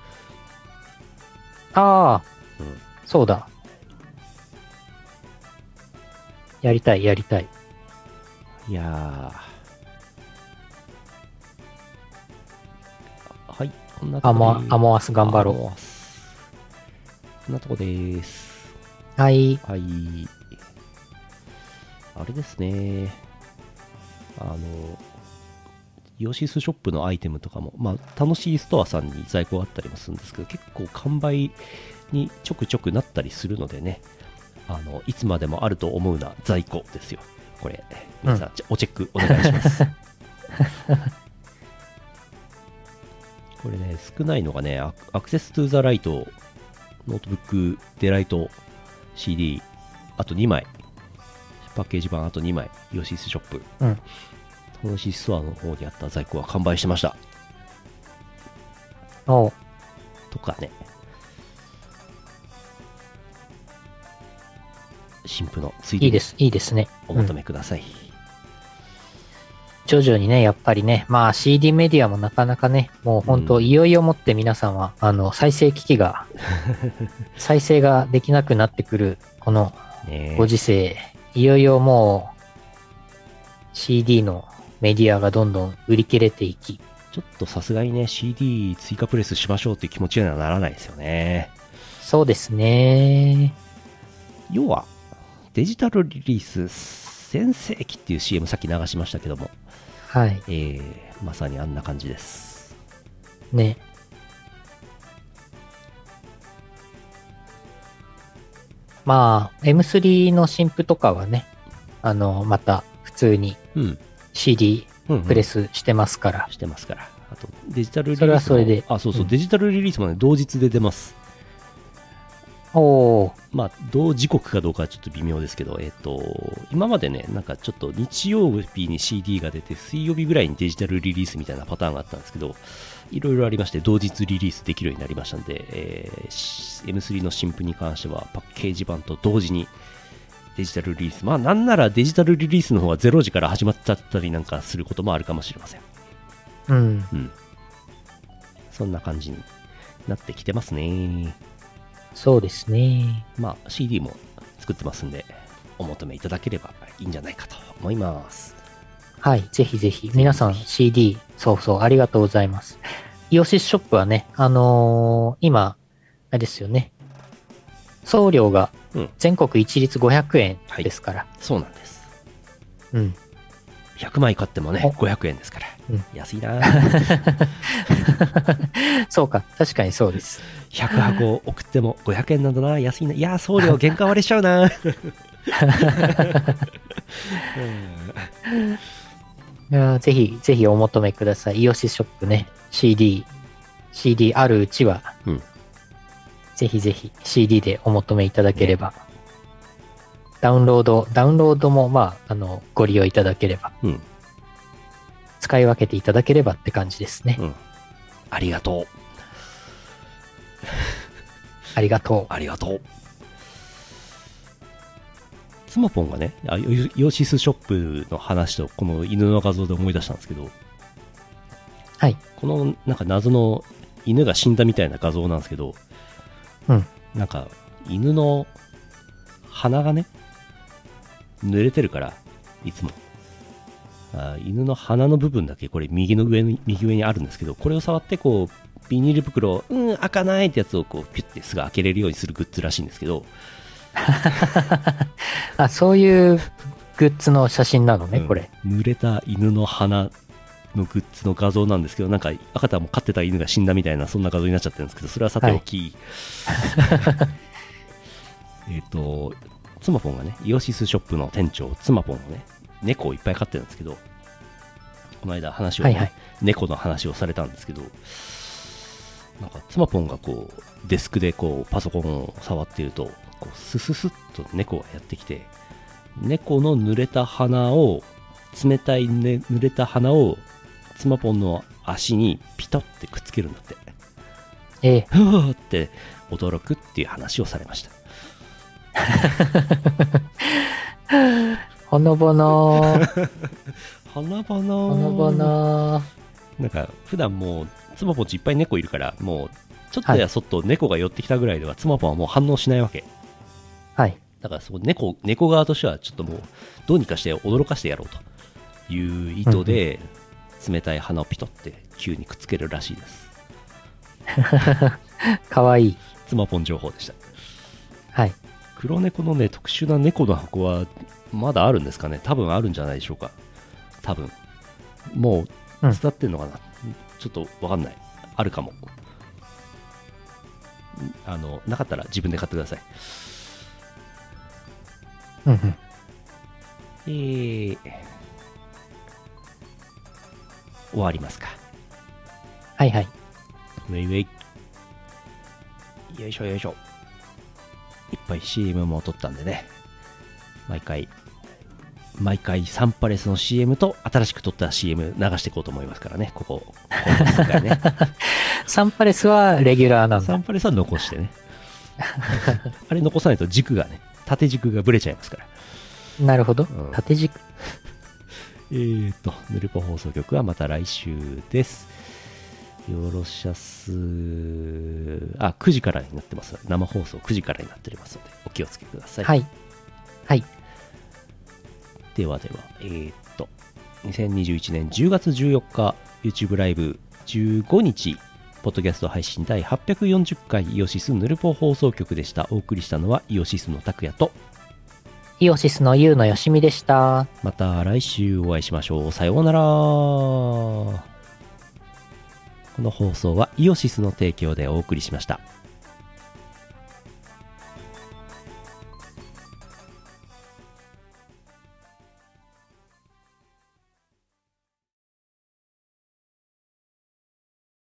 ああ、 うん、 そうだ。やりたい、やりたい。 いやー。はい、こんなとこでーす。 アモアス頑張ろう。 こんなとこでーす。 はい。 はい。あれですね。あの、イオシスショップのアイテムとかも、まあ、楽しいストアさんに在庫あったりもするんですけど、結構完売にちょくちょくなったりするのでね、あの、いつまでもあると思うな在庫ですよ。これ、皆さん、うん、おチェックお願いします。これね、少ないのがね、アクセストゥーザライト、ノートブックデライト シーディー、あとにまい、パッケージ版あとにまい、イオシスショップ、 うん、 楽しいストアの方にあった在庫は完売してました。 おとかね、新婦のついでにいいです、いいですね。 お求めください。うん、 徐々にね、やっぱりね、まあ シーディー メディアもなかなかね、もう本当、いよいよもって皆さんは、あの、再生機器が、再生ができなくなってくる、このご時世、いよいよもう、シーディー のメディアがどんどん売り切れていき。 ちょっとさすがにね、シーディー 追加プレスしましょうっていう気持ちにはならないですよね。 そうですね。 要は、デジタルリリース、全盛期っていう シーエム さっき流しましたけども、 はい。 えー、まさにあんな感じです。 ね。まあ、エムスリー の新譜とかはね、あの、また普通に シーディー プレスしてますから。うんうん、 してますから。あと、デジタルリリースも。 それはそれで。 あ、そうそう、うん、デジタルリリースもね、同日で出ます。 おー。 まあ、同時刻かどうかはちょっと微妙ですけど、えっと、今までね、なんかちょっと日曜日に シーディー が出て、水曜日ぐらいにデジタルリリースみたいなパターンがあったんですけど、いろいろありまして、同日リリースできるようになりましたんで、えー、エムスリー の新譜に関しては、パッケージ版と同時にデジタルリリース、まあ、なんならデジタルリリースの方はゼロ時から始まっちゃったりなんかすることもあるかもしれません。 うん。 うん。そんな感じになってきてますね。 そうですね。 まあ シーディー も作ってますんで、お求めいただければいいんじゃないかと思います。 はい。ぜひぜひ。皆さん シーディー、そうそう、ありがとうございます。イオシスショップはね、あのー今、あれですよね。送料がうん全国一律ごひゃくえんですから。 そうなんです。 うん。 ひゃくまい買ってもね、 おごひゃくえんですから。 うん安いなそうか。確かにそうです。 ひゃくはこ送ってもごひゃくえんなんだな。安いな。いやー、送料原価割れしちゃうな。 いやーぜひ、ぜひお求めください。イオシスショップね。シーディー、シーディー あるうちは、 うんぜひぜひ シーディー でお求めいただければ、ダウンロード、ダウンロードも、まあ、あの、ご利用いただければ、 うん。 使い分けていただければって感じですね。 うん。ありがとう。 ありがとありがとう。つまぽんがね、あイイオシスショップの話とこの犬の画像で思い出したんですけど、 はい。 このなんか謎の犬が死んだみたいな画像なんですけど、 うん。 なんか犬の鼻がね、濡れてるから、いつも。あ犬の鼻の部分だけこれ右の上に、右上にあるんですけど、これを触ってこう、ビニール袋を、うん、開かないってやつをこう、ピュッてすぐ開けれるようにするグッズらしいんですけど、 あ、そういうグッズの写真なのね、 うんこれ。 濡れた犬の鼻のグッズの画像なんですけど、なんか赤田も飼ってた犬が死んだみたいなそんな画像になっちゃってるんですけど、それはさておき、えっとつまぽんがね、イオシスショップの店長つまぽんがね、猫をいっぱい飼ってるんですけど、この間話を、ねはいはい猫の話をされたんですけど、なんかつまぽんがこうデスクでこうパソコンを触っていると、こうスススッと猫がやってきて、猫の濡れた鼻を、冷たい、ね、濡れた鼻をつまぽんの足にピタッてくっつけるんだって。 ええ。 ふわーって驚くっていう話をされました。 ほのぼのー。 花々 ほのぼのー。 なんか普段もうつまぽんちいっぱい猫いるから、もうちょっとやそっと猫が寄ってきたぐらいではつまぽんはもう反応しないわけ。 はい。 だからそう猫、猫側としてはちょっともうどうにかして驚かしてやろうという意図で、冷たい鼻をピトって急にくっつけるらしいです。 かわいい。 つまぽん情報でした。 はい。 黒猫のね、特殊な猫の箱はまだあるんですかね。多分あるんじゃないでしょうか。多分もう伝わってんのかな、うん、ちょっとわかんない。あるかも。あのなかったら自分で買ってください。 うんうん。 えー、終わりますか。 はいはい。 ウェイウェイ。よいしょよいしょ。いっぱい シーエム も撮ったんでね。毎回、毎回サンパレスの シーエム と新しく撮った シーエム 流していこうと思いますからね。ここ、この数回ね。 サンパレスはレギュラーなんだ。 サンパレスは残してね。あれ残さないと軸がね、縦軸がブレちゃいますから。 なるほど。 うん縦軸。 えーと、ヌルポ放送局はまた来週です。よろしゃす。あ、くじからになってます。生放送くじからになっておりますので、お気をつけください。 はい。はい。 ではでは、えーと、にせんにじゅういちねんじゅうがつじゅうよっか、YouTube ライブじゅうごにち、ポッドキャスト配信第はっぴゃくよんじゅっかいイオシスヌルポ放送局でした。お送りしたのはイオシスの拓也と、 イオシスのユウのよしみでした。 また来週お会いしましょう。さようなら。この放送はイオシスの提供でお送りしました。